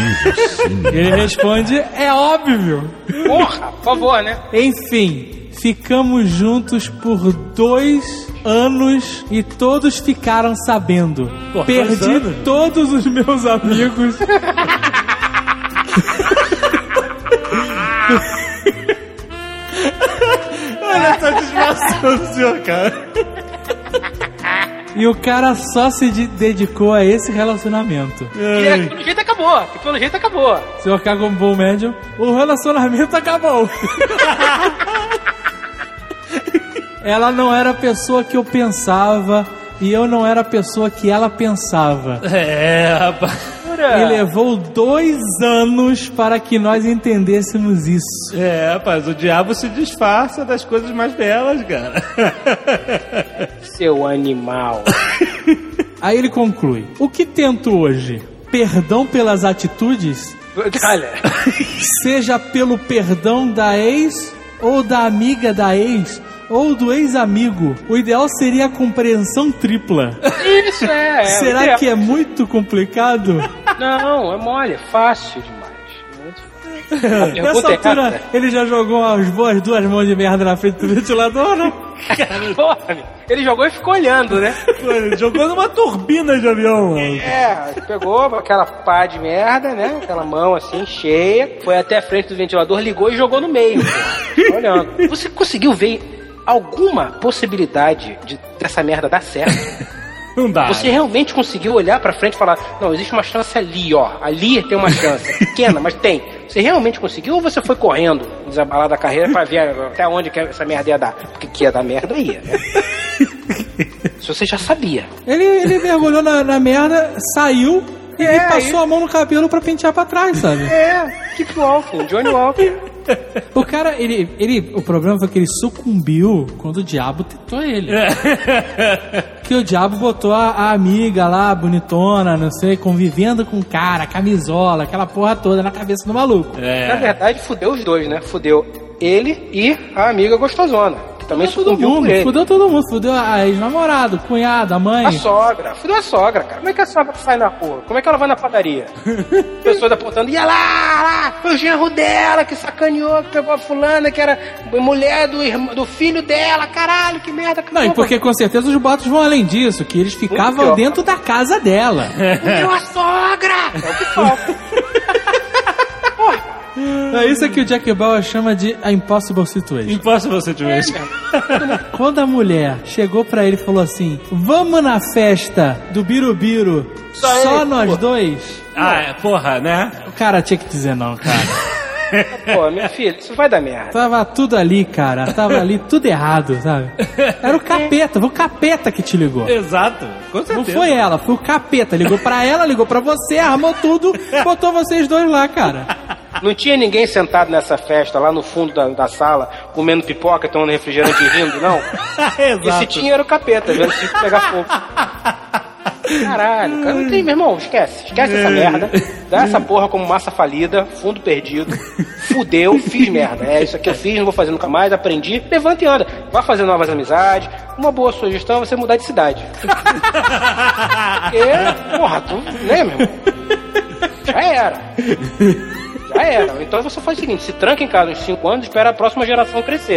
Ele responde, é óbvio. Porra, por favor, né? Enfim, ficamos juntos por dois anos e todos ficaram sabendo. Pô, perdi todos os meus amigos. Olha essa desgraçação do senhor, cara. E o cara só se de- dedicou a esse relacionamento. E pelo jeito acabou. E pelo jeito acabou. Senhor K como bom médium, o relacionamento acabou. Ela não era a pessoa que eu pensava e eu não era a pessoa que ela pensava. É, rapaz. loucura! E levou dois anos para que nós entendêssemos isso. É, rapaz, o diabo se disfarça das coisas mais belas, cara. Seu animal. Aí ele conclui: o que tento hoje? Perdão pelas atitudes? Olha. Seja pelo perdão da ex ou da amiga da ex ou do ex-amigo. O ideal seria a compreensão tripla. Isso é. é Será ideal. que é muito complicado? Não, é mole, é fácil demais. Nessa altura, ele já jogou as boas duas mãos de merda na frente do ventilador, não? Porra, ele jogou e ficou olhando, né? Ele jogou numa turbina de avião, mano. É, pegou aquela pá de merda, né? Aquela mão assim, cheia, foi até a frente do ventilador, ligou e jogou no meio, porra. Olhando. Você conseguiu ver alguma possibilidade de dessa merda dar certo? Não dá. Você realmente conseguiu olhar pra frente e falar, não, existe uma chance ali, ó. Ali tem uma chance. É pequena, mas tem. Você realmente conseguiu ou você foi correndo, desabalar da carreira pra ver até onde que essa merda ia dar? Porque que ia dar merda, ia, né? Se você já sabia. Ele, ele mergulhou na, na merda, saiu e É, passou aí- a mão no cabelo pra pentear pra trás, sabe? É, tipo Walker, Johnny Walker. O cara, ele, ele, o problema foi que ele sucumbiu quando o diabo tentou ele. Que o diabo botou a, a amiga lá, bonitona, não sei, convivendo com o cara, camisola, aquela porra toda na cabeça do maluco. Na verdade, fudeu os dois, né? Fudeu ele e a amiga gostosona. Que também Fudeu todo sucumbiu por mundo, ele. fudeu todo mundo, fudeu a ex-namorado, cunhada, a mãe. A sogra, fudeu a sogra, cara. Como é que a sogra sai na rua? Como é que ela vai na padaria? Pessoas apontando, ia lá, lá, foi o genro dela que sacaneou, que pegou a fulana, que era mulher do, irmão, do filho dela, caralho, que merda. Não, e porque com certeza os boatos vão além disso, que eles ficavam pior. dentro da casa dela. Fudeu a sogra! É o que falta. É isso que o Jack Bauer chama de a impossible situation. Impossible situation. Quando a mulher chegou pra ele e falou assim, vamos na festa do Birubiru, só, ele, nós pô. dois? Ah, é, porra, né? O cara tinha que dizer não, cara. Pô, minha filha, isso vai dar merda. Tava tudo ali, cara. Tava ali tudo errado, sabe? Era o capeta, foi o capeta que te ligou. Exato, com certeza. Não foi ela, foi o capeta. Ligou pra ela, ligou pra você, armou tudo, botou vocês dois lá, cara. Não tinha ninguém sentado nessa festa, lá no fundo da, da sala, comendo pipoca, tomando refrigerante e rindo, não? Exato. Esse tinha era o capeta, vendo se pegar fogo. Caralho, cara, não tem, meu irmão, esquece, esquece essa merda, dá essa porra como massa falida, fundo perdido, fudeu, fiz merda, é isso aqui eu fiz, não vou fazer nunca mais, aprendi, levanta e anda, vai fazer novas amizades, uma boa sugestão é você mudar de cidade. Porque, porra, tu, né, meu irmão, já era. Já era. Então você faz o seguinte, se tranca em casa uns cinco anos e espera a próxima geração crescer.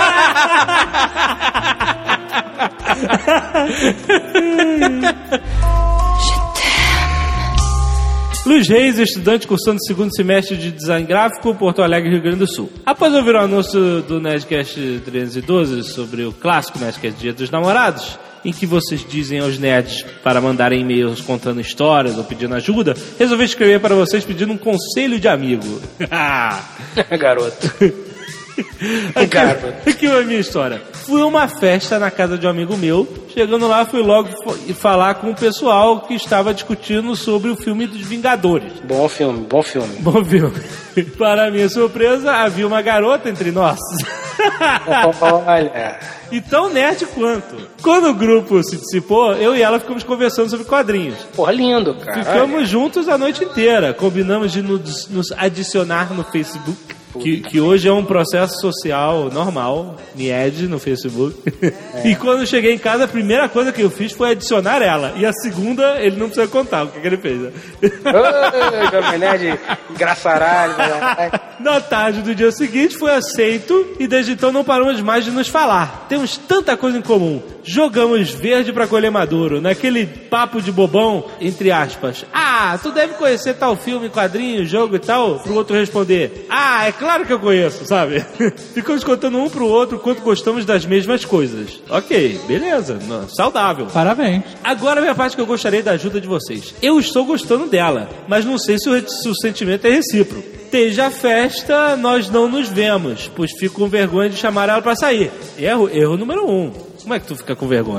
Luiz Reis, estudante cursando o segundo semestre de Design Gráfico, Porto Alegre, Rio Grande do Sul. Após ouvir o anúncio do Nerdcast trezentos e doze sobre o clássico Nerdcast Dia dos Namorados, em que vocês dizem aos nerds para mandarem e-mails contando histórias ou pedindo ajuda, resolvi escrever para vocês pedindo um conselho de amigo. Garoto. Aqui, aqui é a minha história. Fui a uma festa na casa de um amigo meu. Chegando lá, fui logo f- falar com o pessoal que estava discutindo sobre o filme dos Vingadores. Bom filme, bom filme. Bom filme. Para minha surpresa, havia uma garota entre nós. Olha. E tão nerd quanto. Quando o grupo se dissipou, eu e ela ficamos conversando sobre quadrinhos. Porra, lindo, cara. Ficamos juntos a noite inteira. Combinamos de nos, nos adicionar no Facebook. Que, que hoje é um processo social normal, N I E D no Facebook. É. E quando eu cheguei em casa, a primeira coisa que eu fiz foi adicionar ela. E a segunda, ele não precisa contar o que, que ele fez. Ô, Jovem Nerd, engraçaralho. Na tarde do dia seguinte, foi aceito e desde então não paramos mais de nos falar. Temos tanta coisa em comum. Jogamos verde pra colher maduro, naquele papo de bobão, entre aspas. Ah, tu deve conhecer tal filme, quadrinho, jogo e tal, pro outro responder. Ah, é claro que eu conheço, sabe? Ficamos contando um pro outro quanto gostamos das mesmas coisas. Ok, beleza, não, saudável. Parabéns. Agora vem a parte que eu gostaria da ajuda de vocês. Eu estou gostando dela, mas não sei se o, se o sentimento é recíproco. Esteja a festa, nós não nos vemos, pois fico com vergonha de chamar ela pra sair. Erro, erro número um. Como é que tu fica com vergonha?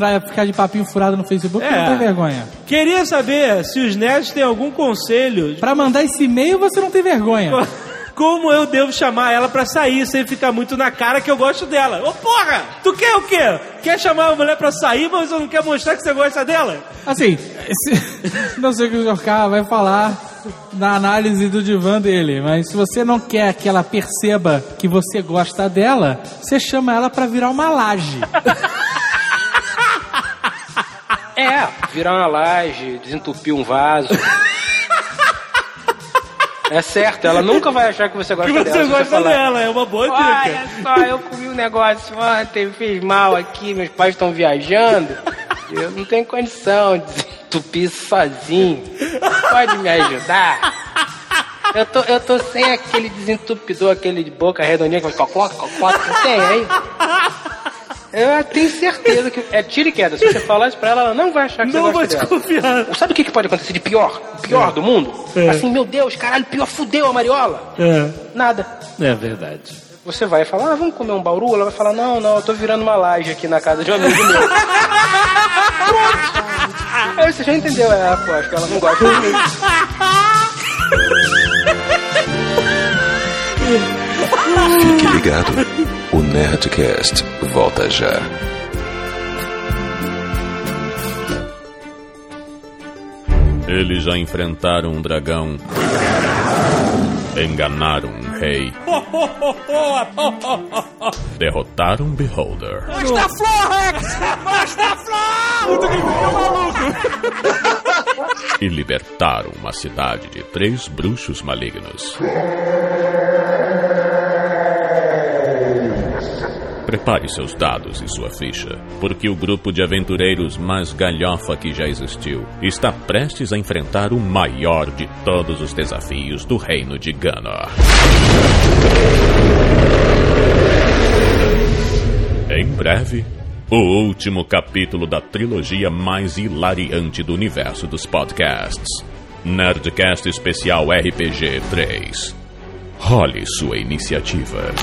pra ficar de papinho furado no Facebook, É. não tem vergonha. Queria saber se os nerds têm algum conselho Pra mandar esse e-mail, você não tem vergonha. como eu devo chamar ela pra sair sem ficar muito na cara que eu gosto dela. Ô porra, tu quer o quê? Quer chamar a mulher pra sair, mas você não quer mostrar que você gosta dela? Assim, esse- não sei o que o senhor K vai falar na análise do divã dele, mas se você não quer que ela perceba que você gosta dela, você chama ela pra virar uma laje. É, virar uma laje, desentupir um vaso. É certo, ela nunca vai achar que você gosta Que você dela. se gosta falar, dela, é uma boa dica. Olha só, eu comi um negócio ontem, fiz mal aqui, meus pais estão viajando. Eu não tenho condição de desentupir isso sozinho. Pode me ajudar? Eu tô, eu tô sem aquele desentupidor, aquele de boca redondinha, que cocota, cocota, não tem aí? Eu tenho certeza que é tiro e queda. Se você falar isso pra ela, ela não vai achar que Não você vai gosta dela. desconfiar. Sabe o que, que pode acontecer de pior? O pior É. do mundo? É. Assim, meu Deus, caralho, pior, fudeu a Mariola. É. Nada. É verdade. Você vai falar, ah, vamos comer um bauru? Ela vai falar, não, não, eu tô virando uma laje aqui na casa de um amigo meu. Pronto. Aí você já entendeu, é, pô, acho que ela não gosta de mim. Fique ligado, o Nerdcast volta já. Eles já enfrentaram um dragão, enganaram um rei, derrotaram um beholder Mostra a flor, Rex! Mostra a flor! Puta que fica maluco! e libertaram uma cidade de três bruxos malignos. Prepare seus dados e sua ficha, porque o grupo de aventureiros mais galhofa que já existiu está prestes a enfrentar o maior de todos os desafios do reino de Ganor. Em breve, o último capítulo da trilogia mais hilariante do universo dos podcasts. Nerdcast Especial R P G três. Role sua iniciativa.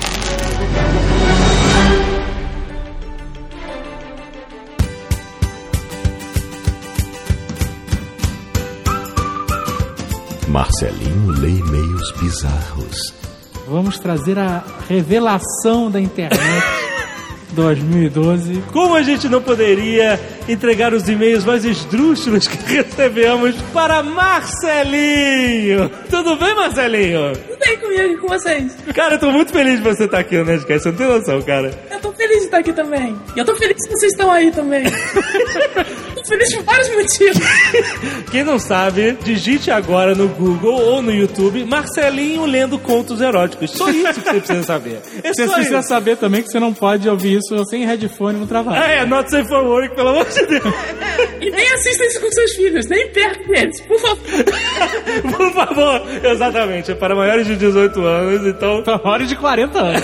Marcelinho lê e-mails bizarros. Vamos trazer a revelação da internet dois mil e doze. Como a gente não poderia entregar os e-mails mais esdrúxulos que recebemos para Marcelinho? Tudo bem, Marcelinho? Tudo bem comigo e com vocês? Cara, eu tô muito feliz de você estar aqui no Nerdcast, você não tem noção, cara. Eu tô feliz de estar aqui também. E eu tô feliz que vocês estão aí também. Tô feliz por vários motivos. Quem não sabe, digite agora no Google ou no YouTube Marcelinho lendo contos eróticos. Só isso que você precisa saber. É Você só precisa isso. saber também que você não pode ouvir isso sem headphone no trabalho. É, not safe for work, pelo amor de Deus. E nem assista isso com seus filhos, nem perto deles, por favor. Por favor. Exatamente, é para maiores de dezoito anos, então... Para maiores de quarenta anos.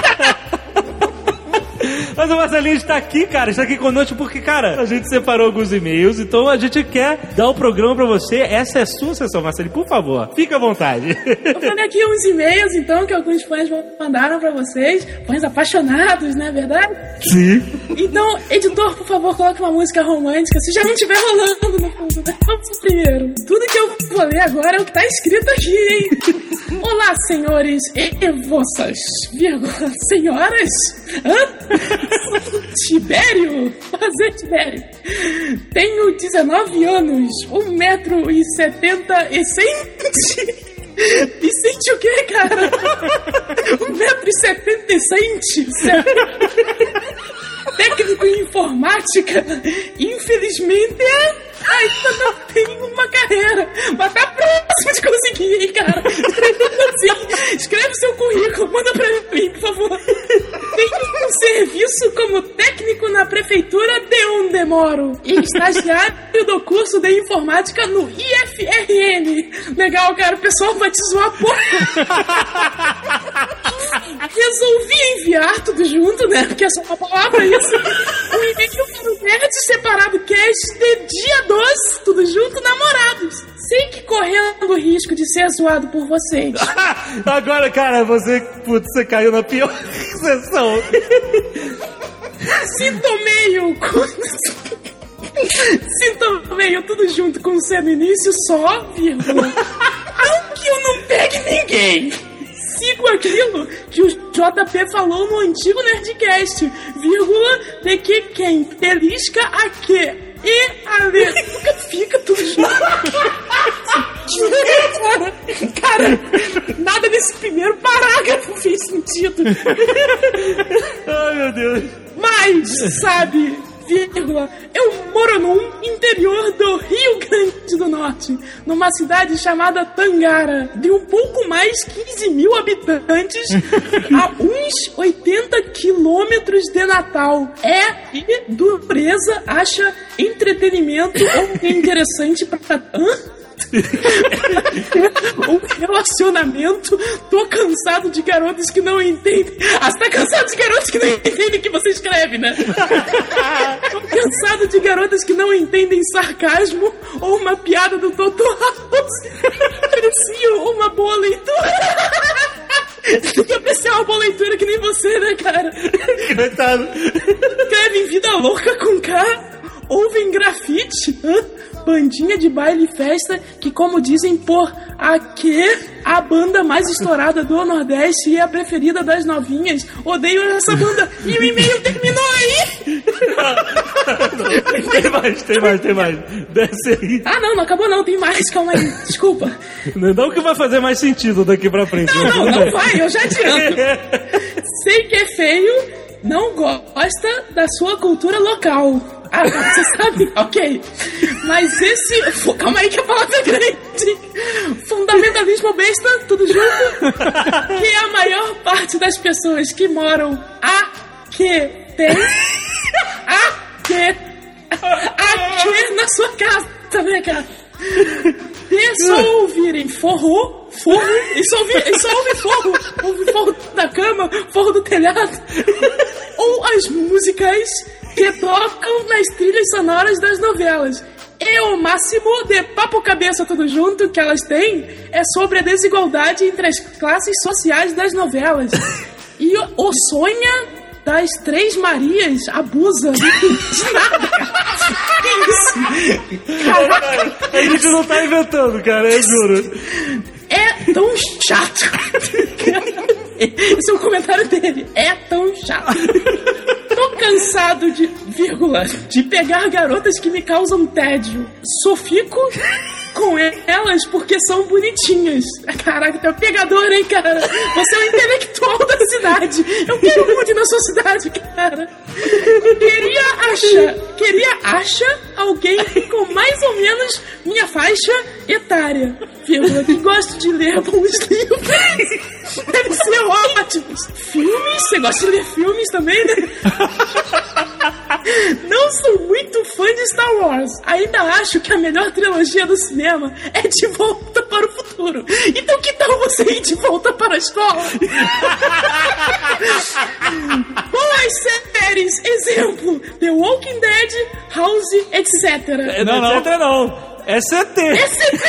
Mas o Marcelinho está aqui, cara, está aqui conosco porque, cara, a gente separou alguns e-mails, então a gente quer dar o programa pra você. Essa é a sua sessão, Marcelinho, por favor, fica à vontade. Eu falei aqui uns e-mails, então, que alguns fãs mandaram pra vocês. Fãs apaixonados, não é verdade? Sim. Então, editor, por favor, coloque uma música romântica, se já não estiver rolando no fundo, né? Vamos pro primeiro. Tudo que eu vou ler agora é o que tá escrito aqui, hein? Olá, senhores e, e vossas, vírgula, senhoras? Hã? Tibério? Prazer, Tibério. Tenho dezenove anos, um metro e setenta e centi... E sente o quê, cara? um metro e setenta e centi... Técnico em informática, infelizmente, ainda não tenho uma carreira, mas tá próximo de conseguir, hein, cara? Assim, escreve seu currículo, manda pra mim, por favor. Tenho um serviço como técnico na prefeitura de onde moro e estagiário do curso de informática no I F R N. Legal, cara, o pessoal vai te zoar pouco. Resolvi enviar tudo junto, né? Porque é só uma palavra isso. Um e-mail para o Nerd Separado Cast de dia doze, tudo junto, namorados. Sei que correndo o risco de ser zoado por vocês. Agora, cara, você, putz, você caiu na pior sessão. Sinto meio. Sinto meio tudo junto com C no início, só, vírgula. Não que eu não pegue ninguém. Sigo aquilo que o J P falou no antigo Nerdcast, vírgula, de que quem belisca a que e a le... nunca fica tudo junto. Cara, nada nesse primeiro parágrafo fez sentido. Ai, meu Deus. Mas, sabe, vírgula, eu moro num interior do Rio Grande do Norte, numa cidade chamada Tangara, de um pouco mais quinze mil habitantes, a uns oitenta quilômetros de Natal. É e dureza acha entretenimento ou interessante pra... Hã? Um relacionamento. Tô cansado de garotas que não entendem. Ah, você tá cansado de garotas que não entendem o que você escreve, né? Tô cansado de garotas que não entendem sarcasmo ou uma piada do doutor House. Parecia uma boa leitura. Eu pensei uma boa leitura que nem você, né, cara? Coitado. Escrevem Vida Louca com K. Ouvem grafite. Hã? Bandinha de baile e festa que, como dizem por aqui, a banda mais estourada do Nordeste e a preferida das novinhas. Odeio essa banda. E o e-mail terminou aí. Tem mais, tem mais, tem mais. Desce aí. Ah, não, não acabou não, tem mais, calma aí. Desculpa. Não que vai fazer mais sentido daqui pra frente. Não, não, não vai, eu já adianto. Sei que é feio, não gosta da sua cultura local. Ah, você sabe? Ok. Mas esse... Calma aí que a palavra é grande. Fundamentalismo besta, tudo junto. Que é a maior parte das pessoas que moram aqui tem... Aqui... Aqui na sua casa, né, cara? E só ouvirem forró, forro, e só ouvir, e só ouvir forro, ouvir forro da cama, forro do telhado, ou as músicas que tocam nas trilhas sonoras das novelas. E o máximo de papo cabeça tudo junto que elas têm é sobre a desigualdade entre as classes sociais das novelas. E o, o sonha das Três Marias abusa de nada. Que isso? Caraca. A gente não tá inventando, cara, eu juro. É tão chato. Esse é o comentário dele. É tão chato. Tô cansado de, vírgula, de pegar garotas que me causam tédio. Só fico com elas porque são bonitinhas. Caraca, tu é um pegador, hein, cara? Você é um intelectual da cidade. Eu quero muito ir na sua cidade, cara. Queria achar, queria achar alguém com mais ou menos minha faixa etária. Vírgula, que gosto de ler bons livros. Deve ser ótimo. Filmes? Você gosta de ler filmes também, né? Não sou muito fã de Star Wars. Ainda acho que a melhor trilogia do cinema é De Volta para o Futuro. Então que tal você ir de volta para a escola? Boas séries, exemplo, The Walking Dead, House, etcétera. Não, não, etc não. É C T. É C T.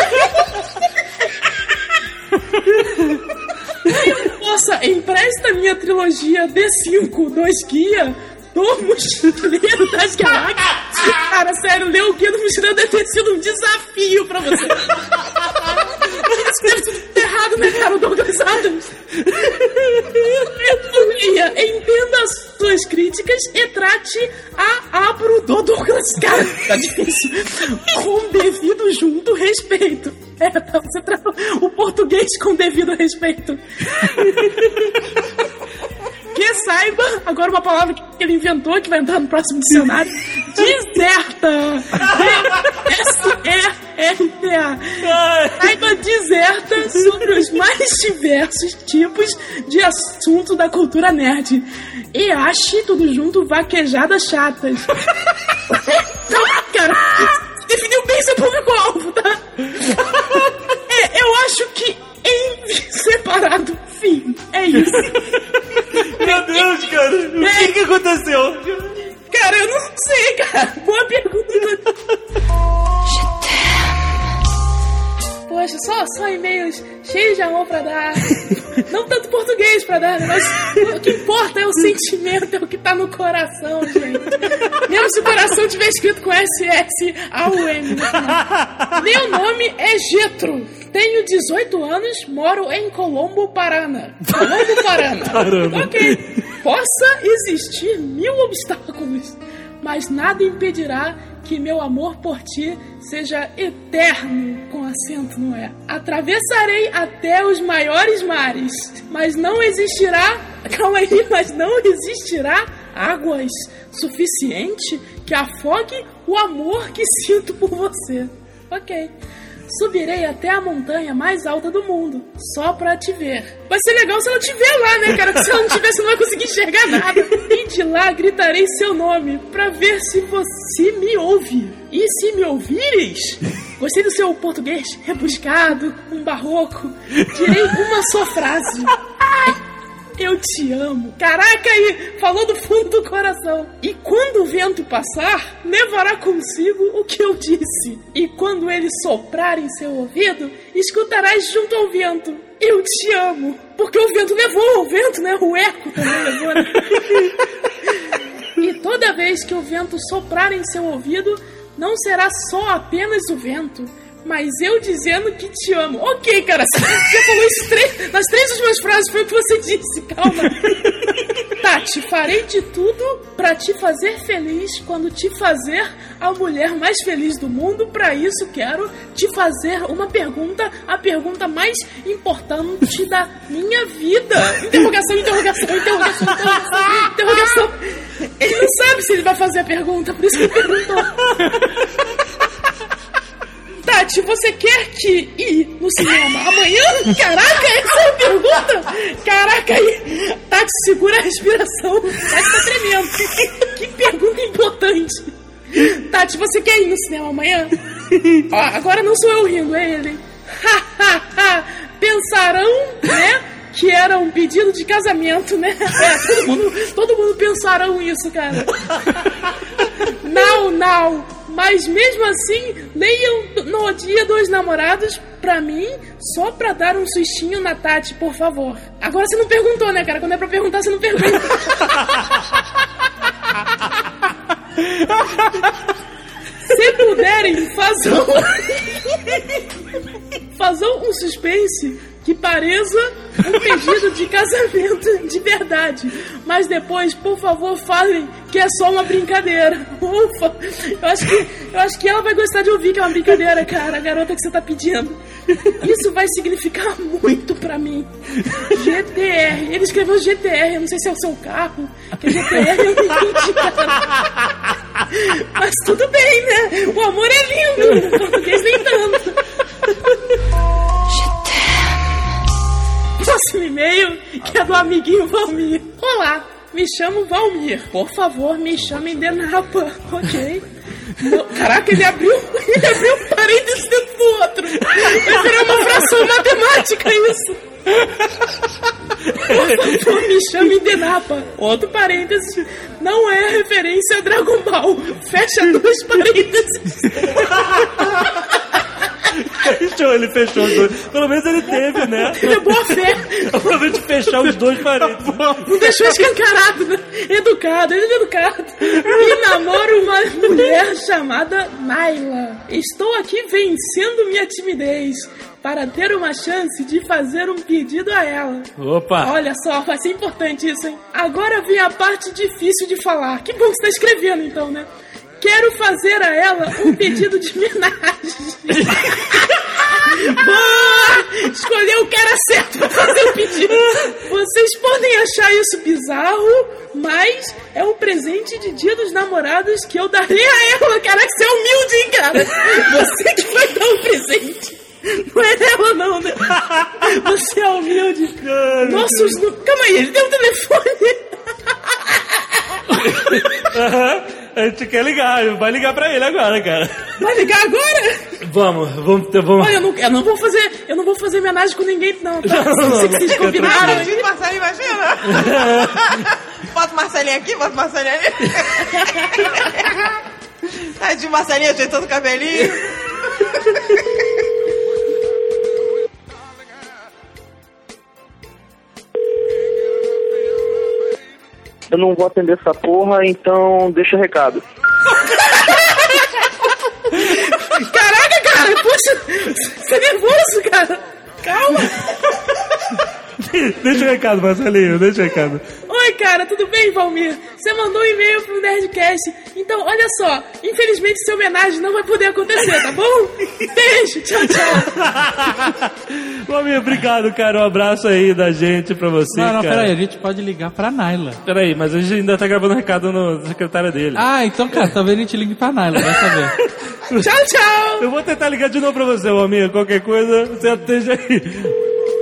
Moça, empresta minha trilogia D cinco, dois Guia, do Mochileiro das Galáxias. Cara, sério, ler o Guia do Mochileiro deve ter sido um desafio pra você. Isso deve ser tudo errado, né, cara? O Douglas Adams. Guia, entenda as suas críticas e trate a abro do Douglas. Cara, tá difícil. Com devido junto respeito. É, tá, você trata o português com devido respeito. Que saiba, agora uma palavra que ele inventou, que vai entrar no próximo dicionário. Deserta. S E R T A. Saiba deserta sobre os mais diversos tipos de assunto da cultura nerd. E ache, tudo junto, vaquejadas chatas. Então, cara, definiu bem seu público-alvo, tá? É, eu acho que em separado, fim. É isso. Meu Deus, cara. O é. que que aconteceu? Cara, eu não sei, cara. Boa pergunta. Poxa, só, só e-mails cheio de amor pra dar. Não tanto português pra dar, mas o que importa é o sentimento, é o que tá no coração, gente. Mesmo se o coração tiver escrito com S S A U M. Meu nome é Getro. Tenho dezoito anos, moro em Colombo, Paraná. Colombo, Paraná. Caramba. Ok. Possa existir mil obstáculos, mas nada impedirá que meu amor por ti seja eterno, com acento no é. Atravessarei até os maiores mares, mas não existirá... Calma aí, mas não existirá águas suficiente que afogue o amor que sinto por você. Ok. Subirei até a montanha mais alta do mundo, só pra te ver. Vai ser legal se ela estiver lá, né, cara? Se ela não estiver, você não vai conseguir enxergar nada. E de lá gritarei seu nome, pra ver se você me ouve. E se me ouvires, gostei do seu português rebuscado, um barroco. Direi uma só frase. Eu te amo. Caraca, aí, falou do fundo do coração. E quando o vento passar, levará consigo o que eu disse. E quando ele soprar em seu ouvido, escutarás junto ao vento. Eu te amo. Porque o vento levou, o vento, né? O eco também levou, né? E toda vez que o vento soprar em seu ouvido, não será só apenas o vento, mas eu dizendo que te amo. Ok, cara, você falou isso três, nas três últimas frases, foi o que você disse, calma. Tati, farei de tudo pra te fazer feliz quando te fazer a mulher mais feliz do mundo. Pra isso quero te fazer uma pergunta, a pergunta mais importante da minha vida. Interrogação, interrogação, interrogação, interrogação, interrogação. Ele não sabe se ele vai fazer a pergunta, por isso que ele perguntou. Tati, você quer que ir no cinema amanhã? Caraca, essa é a pergunta? Caraca, aí. Tati, segura a respiração. Tati tá tremendo. Que pergunta importante. Tati, você quer ir no cinema amanhã? Ó, agora não sou eu rindo, é ele. Pensarão, né, que era um pedido de casamento, né? É, todo mundo, todo mundo pensarão isso, cara. Não, não. Mas mesmo assim, leiam no Dia dos Namorados pra mim, só pra dar um sustinho na Tati, por favor. Agora você não perguntou, né, cara? Quando é pra perguntar, você não pergunta. Se puderem, façam... façam um suspense que pareça um pedido de casamento de verdade. Mas depois, por favor, falem que é só uma brincadeira. Ufa! Eu acho que, eu acho que ela vai gostar de ouvir que é uma brincadeira, cara. A garota que você tá pedindo. Isso vai significar muito pra mim. G T R. Ele escreveu G T R. Eu não sei se é o seu carro. Que G T R eu não entendi, cara. Mas tudo bem, né? O amor é lindo. O português nem tanto. Próximo e-mail, que é do amiguinho Valmir. Olá, me chamo Valmir. Por favor, me chamem de Napa. Ok. No... Caraca, ele abriu, ele abriu um parênteses dentro do outro. Vai virar uma fração matemática isso. Por favor, me chamem de Napa. Outro parênteses. Não é referência a Dragon Ball. Fecha dois parênteses. Fechou, ele fechou os dois. Pelo menos ele teve, né? Teve boa fé. Aproveita de fechar os dois parênteses. Não deixou escancarado, né? Educado, ele é educado. E namoro uma mulher chamada Naila. Estou aqui vencendo minha timidez para ter uma chance de fazer um pedido a ela. Opa! Olha só, vai ser importante isso, hein? Agora vem a parte difícil de falar. Que bom que você tá escrevendo, então, né? Quero fazer a ela um pedido de homenagem. Boa! Escolheu o cara certo pra fazer o pedido. Vocês podem achar isso bizarro, mas é um presente de Dia dos Namorados que eu darei a ela. Caraca, você é humilde, hein, cara? Você que vai dar um presente. Não é ela, não, né? Você é humilde. Cara, nossos... Cara. Calma aí, ele tem um telefone. Aham. A gente quer ligar, vai ligar pra ele agora, cara. Vai ligar agora? Vamos, vamos, vamos. Olha, eu não, eu não vou fazer, eu não vou fazer homenagem com ninguém, não, tá? Não, não, não, que vocês combinaram. Imagina, Marcelinho, imagina. Bota o Marcelinho aqui, bota o Marcelinho ali. Tadinho, Marcelinho ajeitando o cabelinho. eu não vou atender essa porra, então deixa recado. Caraca, cara, poxa, você é nervoso, cara. Calma. Deixa o recado, Marcelinho, deixa o recado. Oi, cara, tudo bem, Valmir? Você mandou um e-mail pro Nerdcast. Então, olha só, infelizmente sua homenagem não vai poder acontecer, tá bom? Beijo, tchau, tchau. Valmir, obrigado, cara. Um abraço aí da gente pra você, não, não, cara. peraí, a gente pode ligar pra Naila. Peraí, mas a gente ainda tá gravando um recado no secretário dele. Ah, então, cara, talvez a gente ligue pra Naila, vai saber. Tchau, tchau. Eu vou tentar ligar de novo pra você, Valmir. Qualquer coisa, você esteja aí.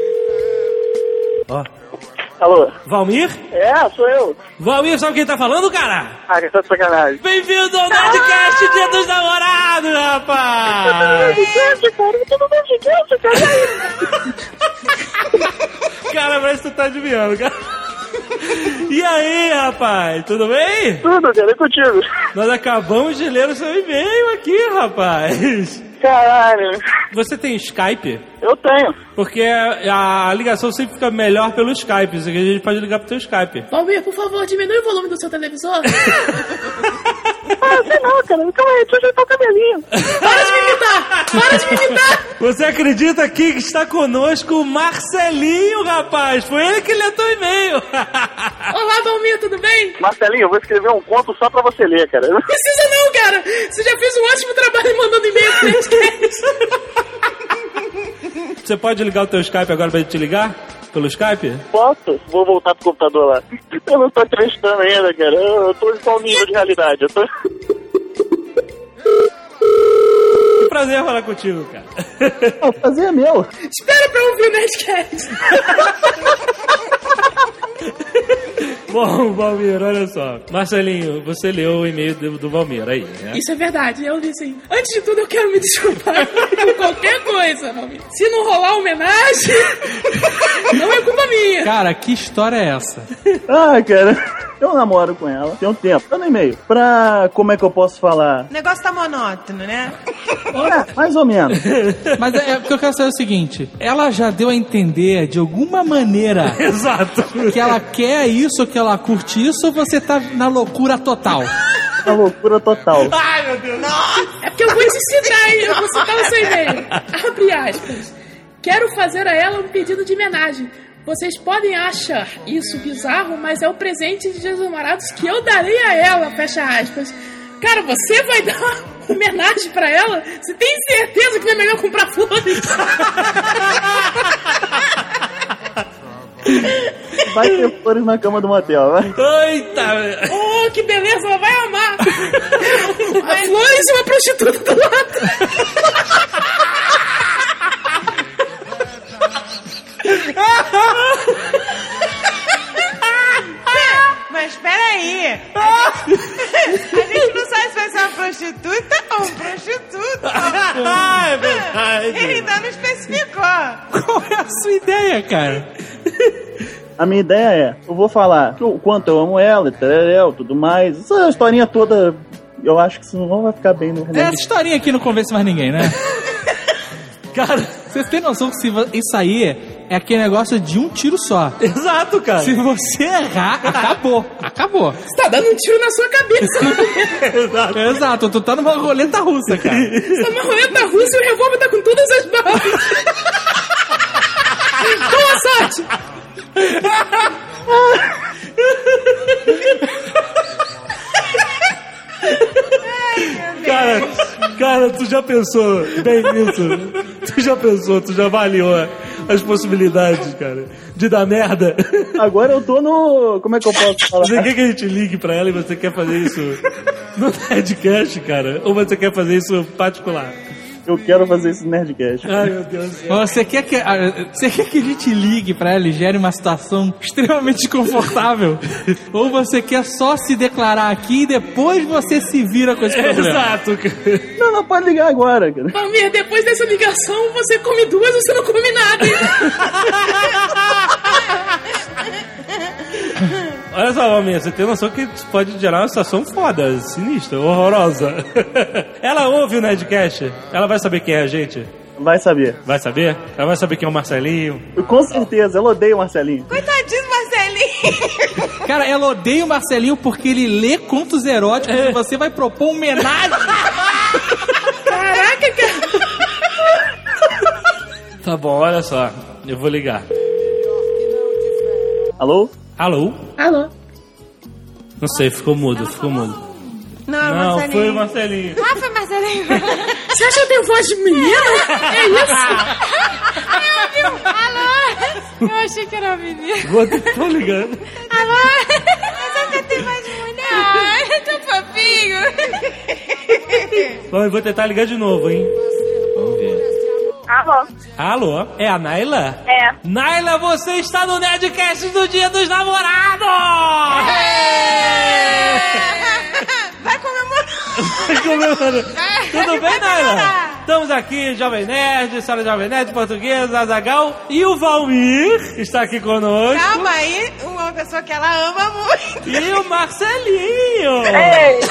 Ó. Alô? Valmir? É, sou eu. Valmir, sabe quem tá falando, cara? Ah, que tá de sacanagem. Bem-vindo ao Nerdcast Dia dos Namorados, rapaz! Nerdcast, cara, eu tô no Nerdcast, cara. Cara, parece que tu tá adivinhando, cara. E aí, rapaz, tudo bem? Tudo, cara, é contigo. Nós acabamos de ler o seu e-mail aqui, rapaz. Caralho. Você tem Skype? Eu tenho. Porque a ligação sempre fica melhor pelo Skype. Isso aqui a gente pode ligar pro teu Skype. Valmir, por favor, diminui o volume do seu televisor. Ah, sei não, cara. Calma aí, deixa eu ajeitar o cabelinho. Para de me imitar! Para de me imitar! Você acredita aqui que está conosco o Marcelinho, rapaz? Foi ele que leu teu e-mail. Olá, Valmir, tudo bem? Marcelinho, eu vou escrever um conto só pra você ler, cara. Não precisa não, cara. Você já fez um ótimo trabalho mandando e-mail pra gente. Você pode ligar o teu Skype agora pra gente te ligar? Pelo Skype? Posso? Vou voltar pro computador lá. Eu não tô acreditando ainda, cara. Eu, eu tô em qual nível de realidade? Eu tô... Que prazer falar contigo, cara. O prazer é meu. Espera pra ouvir o Nerdcast. Bom, Valmir, olha só. Marcelinho, você leu o e-mail do, do Valmir aí, né? Isso é verdade, eu li sim. Antes de tudo, eu quero me desculpar por qualquer coisa, Valmir. Se não rolar homenagem, não é culpa minha. Cara, que história é essa? Ah, cara, eu namoro com ela tem um tempo. Tá no e-mail. Pra, como é que eu posso falar? O negócio tá monótono, né? É, mais ou menos. Mas é, é porque eu quero saber o seguinte. Ela já deu a entender, de alguma maneira... Exato. Que ela quer isso, que ela curte isso, ou você tá na loucura total? Na loucura total. Ai, meu Deus. Nossa. É porque eu vou te citar, hein? Eu vou citar o seu e-mail. Abre aspas. Quero fazer a ela um pedido de homenagem. Vocês podem achar isso bizarro, mas é o presente de Dia dos Namorados que eu darei a ela, fecha aspas. Cara, você vai dar uma homenagem pra ela? Você tem certeza que não é melhor comprar flores? Vai ter flores na cama do motel, vai. Eita! Oh, que beleza, ela vai amar! Flores e uma prostituta do lado! Mas peraí, a gente, a gente não sabe se vai ser uma prostituta ou um prostituto. Ah, é verdade. Ele ainda não especificou. Qual é a sua ideia, cara? A minha ideia é, eu vou falar o quanto eu amo ela, e tudo mais. Essa historinha toda, eu acho que isso não vai ficar bem no Essa é, historinha aqui não convence mais ninguém, né? Cara, você tem noção que se isso aí é aquele negócio de um tiro só. Exato, cara. Se você errar, acabou. Acabou. Você tá dando um tiro na sua cabeça, não? Exato. Exato, tu tá numa roleta russa, cara. Você tá numa roleta russa e o revólver tá com todas as balas. Boa sorte! Cara, cara, tu já pensou bem nisso? Tu já pensou, tu já avaliou as possibilidades, cara, de dar merda? Agora eu tô no... Como é que eu posso falar? Você quer que a gente ligue pra ela e você quer fazer isso no Nerdcast, cara? Ou você quer fazer isso particular? Eu quero fazer esse Nerdcast. Ai, meu Deus do céu. Você quer que, você quer que a gente ligue pra ela e gere uma situação extremamente desconfortável? Ou você quer só se declarar aqui e depois você se vira com esse problema? Exato, cara. Não, não pode ligar agora, cara. Valmir, depois dessa ligação, você come duas ou você não come nada, hein? Olha só, Valmir, você tem noção que isso pode gerar uma situação foda, sinistra, horrorosa. Ela ouve o Nerdcast? Ela vai saber quem é a gente? vai saber. Vai saber? Ela vai saber quem é o Marcelinho. Com certeza, ela odeia o Marcelinho. Coitadinho do Marcelinho. Cara, ela odeia o Marcelinho porque ele lê contos eróticos e você vai propor uma homenagem. Caraca, cara. Tá bom, olha só. Eu vou ligar. Alô? Alô? Alô? Não sei, ficou mudo, ficou mudo. Não, Não, Marcelinho. foi o Marcelinho. Ah, foi o Marcelinho. Você acha que eu tenho voz de menina? É isso? Eu ouvi. Alô? Eu achei que era uma menina. Vou, tô ligando. Alô? Mas eu tenho voz de mulher. Ai, é tão fofinho. Bom, eu vou tentar ligar de novo, hein? Vamos ver. Alô? Alô? É a Naila? É. Naila, você está no Nerdcast do Dia dos Namorados! Vai comemorar. Vai comemorando. Tudo bem, Naila? Estamos aqui, Jovem Nerd, Sala Jovem Nerd, Portuguesa, Azaghal e o Valmir está aqui conosco. Calma aí, uma pessoa que ela ama muito. E o Marcelinho. Ei.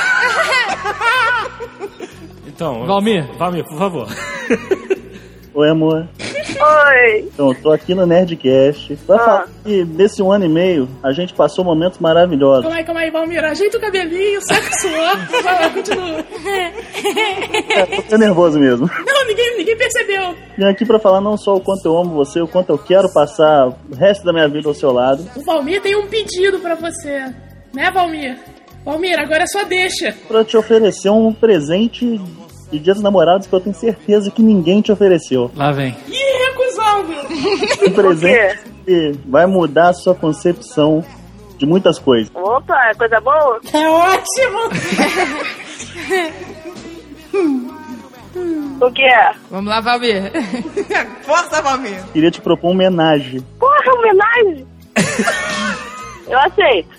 Então, Valmir. Valmir, por favor. Oi, amor. Oi. Então, tô aqui no Nerdcast pra Ah. falar que nesse um ano e meio a gente passou momentos maravilhosos. Calma aí, calma aí, Valmir. Ajeita o cabelinho, saca o suor. Vai lá, continua. É, tô nervoso mesmo. Não, ninguém, ninguém percebeu. Vim aqui pra falar não só o quanto eu amo você, o quanto eu quero passar o resto da minha vida ao seu lado. O Valmir tem um pedido pra você. Né, Valmir? Valmir, agora é só deixa. Pra te oferecer um presente de Dia dos Namorados que eu tenho certeza que ninguém te ofereceu. Lá vem. Ih, recusado. Um presente que vai mudar a sua concepção de muitas coisas. Opa, é coisa boa? É ótimo. O que é? Vamos lá, Valmir. Força, Valmir. Queria te propor uma homenagem. Porra, homenagem? Eu aceito.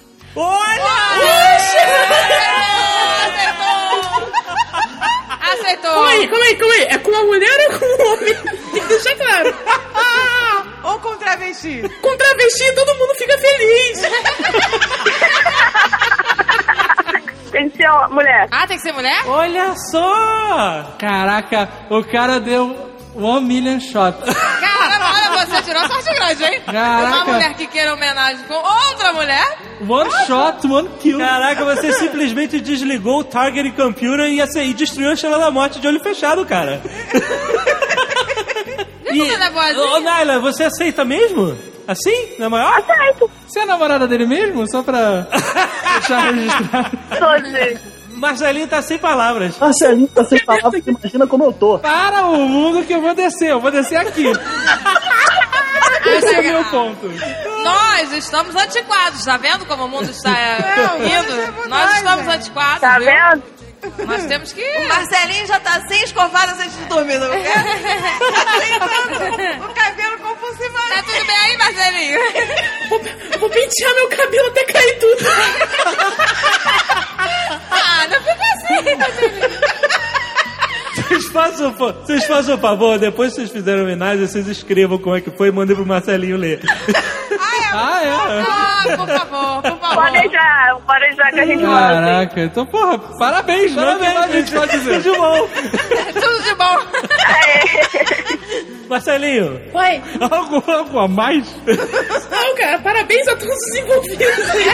Aceitou. Calma aí, calma aí, calma aí. É com a mulher ou com o homem? Tem que deixar claro. Ou com travesti. Com travesti todo mundo fica feliz. Tem que ser uma mulher. Ah, tem que ser mulher? Olha só! Caraca, o cara deu one million shot. Caramba, olha, você tirou sorte grande, hein? Caraca. Uma mulher que queira homenagem com outra mulher. One shot, one kill. Caraca, você simplesmente desligou o Target Computer e, assim, e destruiu a Estrela da Morte de olho fechado, cara. E, da Ô, Naila, você aceita mesmo? Assim? Na maior? Aceito. Você é a namorada dele mesmo? Só pra deixar registrado. Tô sim. Marcelinho tá sem palavras. Marcelinho tá sem palavras, imagina como eu tô. Para o mundo que eu vou descer, eu vou descer aqui. Esse é o meu ponto. Nós estamos antiquados, tá vendo como o mundo está Não, indo? nós Nós nós, estamos né? antiquados, Tá viu? vendo? Nós temos que... O Marcelinho já tá sem escovadas antes de dormir, não quer? Aceitando o cabelo compulsivamente. Tá tudo bem aí, Marcelinho? Vou, vou pentear meu cabelo até cair tudo. Ah, não fica assim, Marcelinho. Vocês façam, vocês façam o favor, depois que vocês fizeram homenagem, vocês escrevam como é que foi e mandem pro Marcelinho ler. Ah, é? Ah, por favor, por favor. Pode deixar, pode deixar que a gente manda. Caraca, então, porra, parabéns, né? O que mais a gente pode dizer? Tudo de bom. Tudo de bom. Marcelinho, Oi. algo, algo a mais? Não, cara, parabéns a todos os envolvidos aí.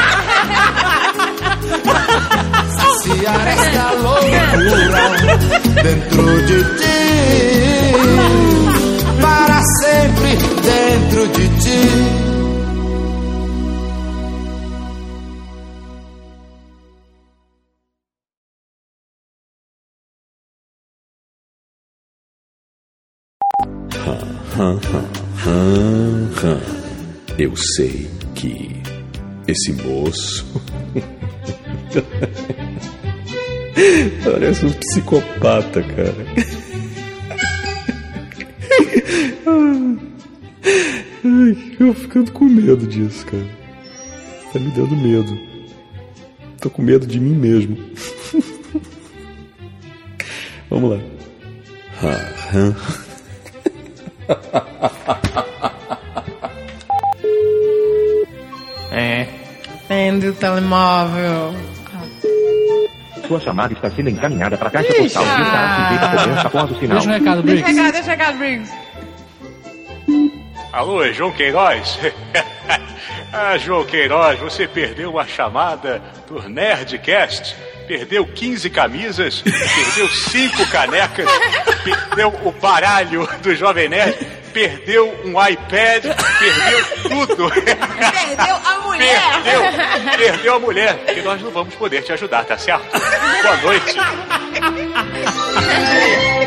Saciar esta loucura dentro de ti, para sempre dentro de ti. Eu sei que esse moço parece um psicopata, cara. Ai, eu ficando com medo disso, cara. Tá me dando medo. Tô com medo de mim mesmo. Vamos lá. É. Atende o telemóvel. Sua chamada está sendo encaminhada para a caixa postal e estará sujeita a cobrança após o sinal. Deixa o recado, Deixa Briggs. recado, deixa recado, Briggs. Alô, é João Queiroz? Ah, João Queiroz, você perdeu uma chamada do Nerdcast. Perdeu quinze camisas, perdeu cinco canecas, perdeu o baralho do Jovem Nerd, perdeu um iPad, perdeu tudo. Perdeu a mulher. Perdeu, perdeu a mulher. E nós não vamos poder te ajudar, tá certo? Boa noite.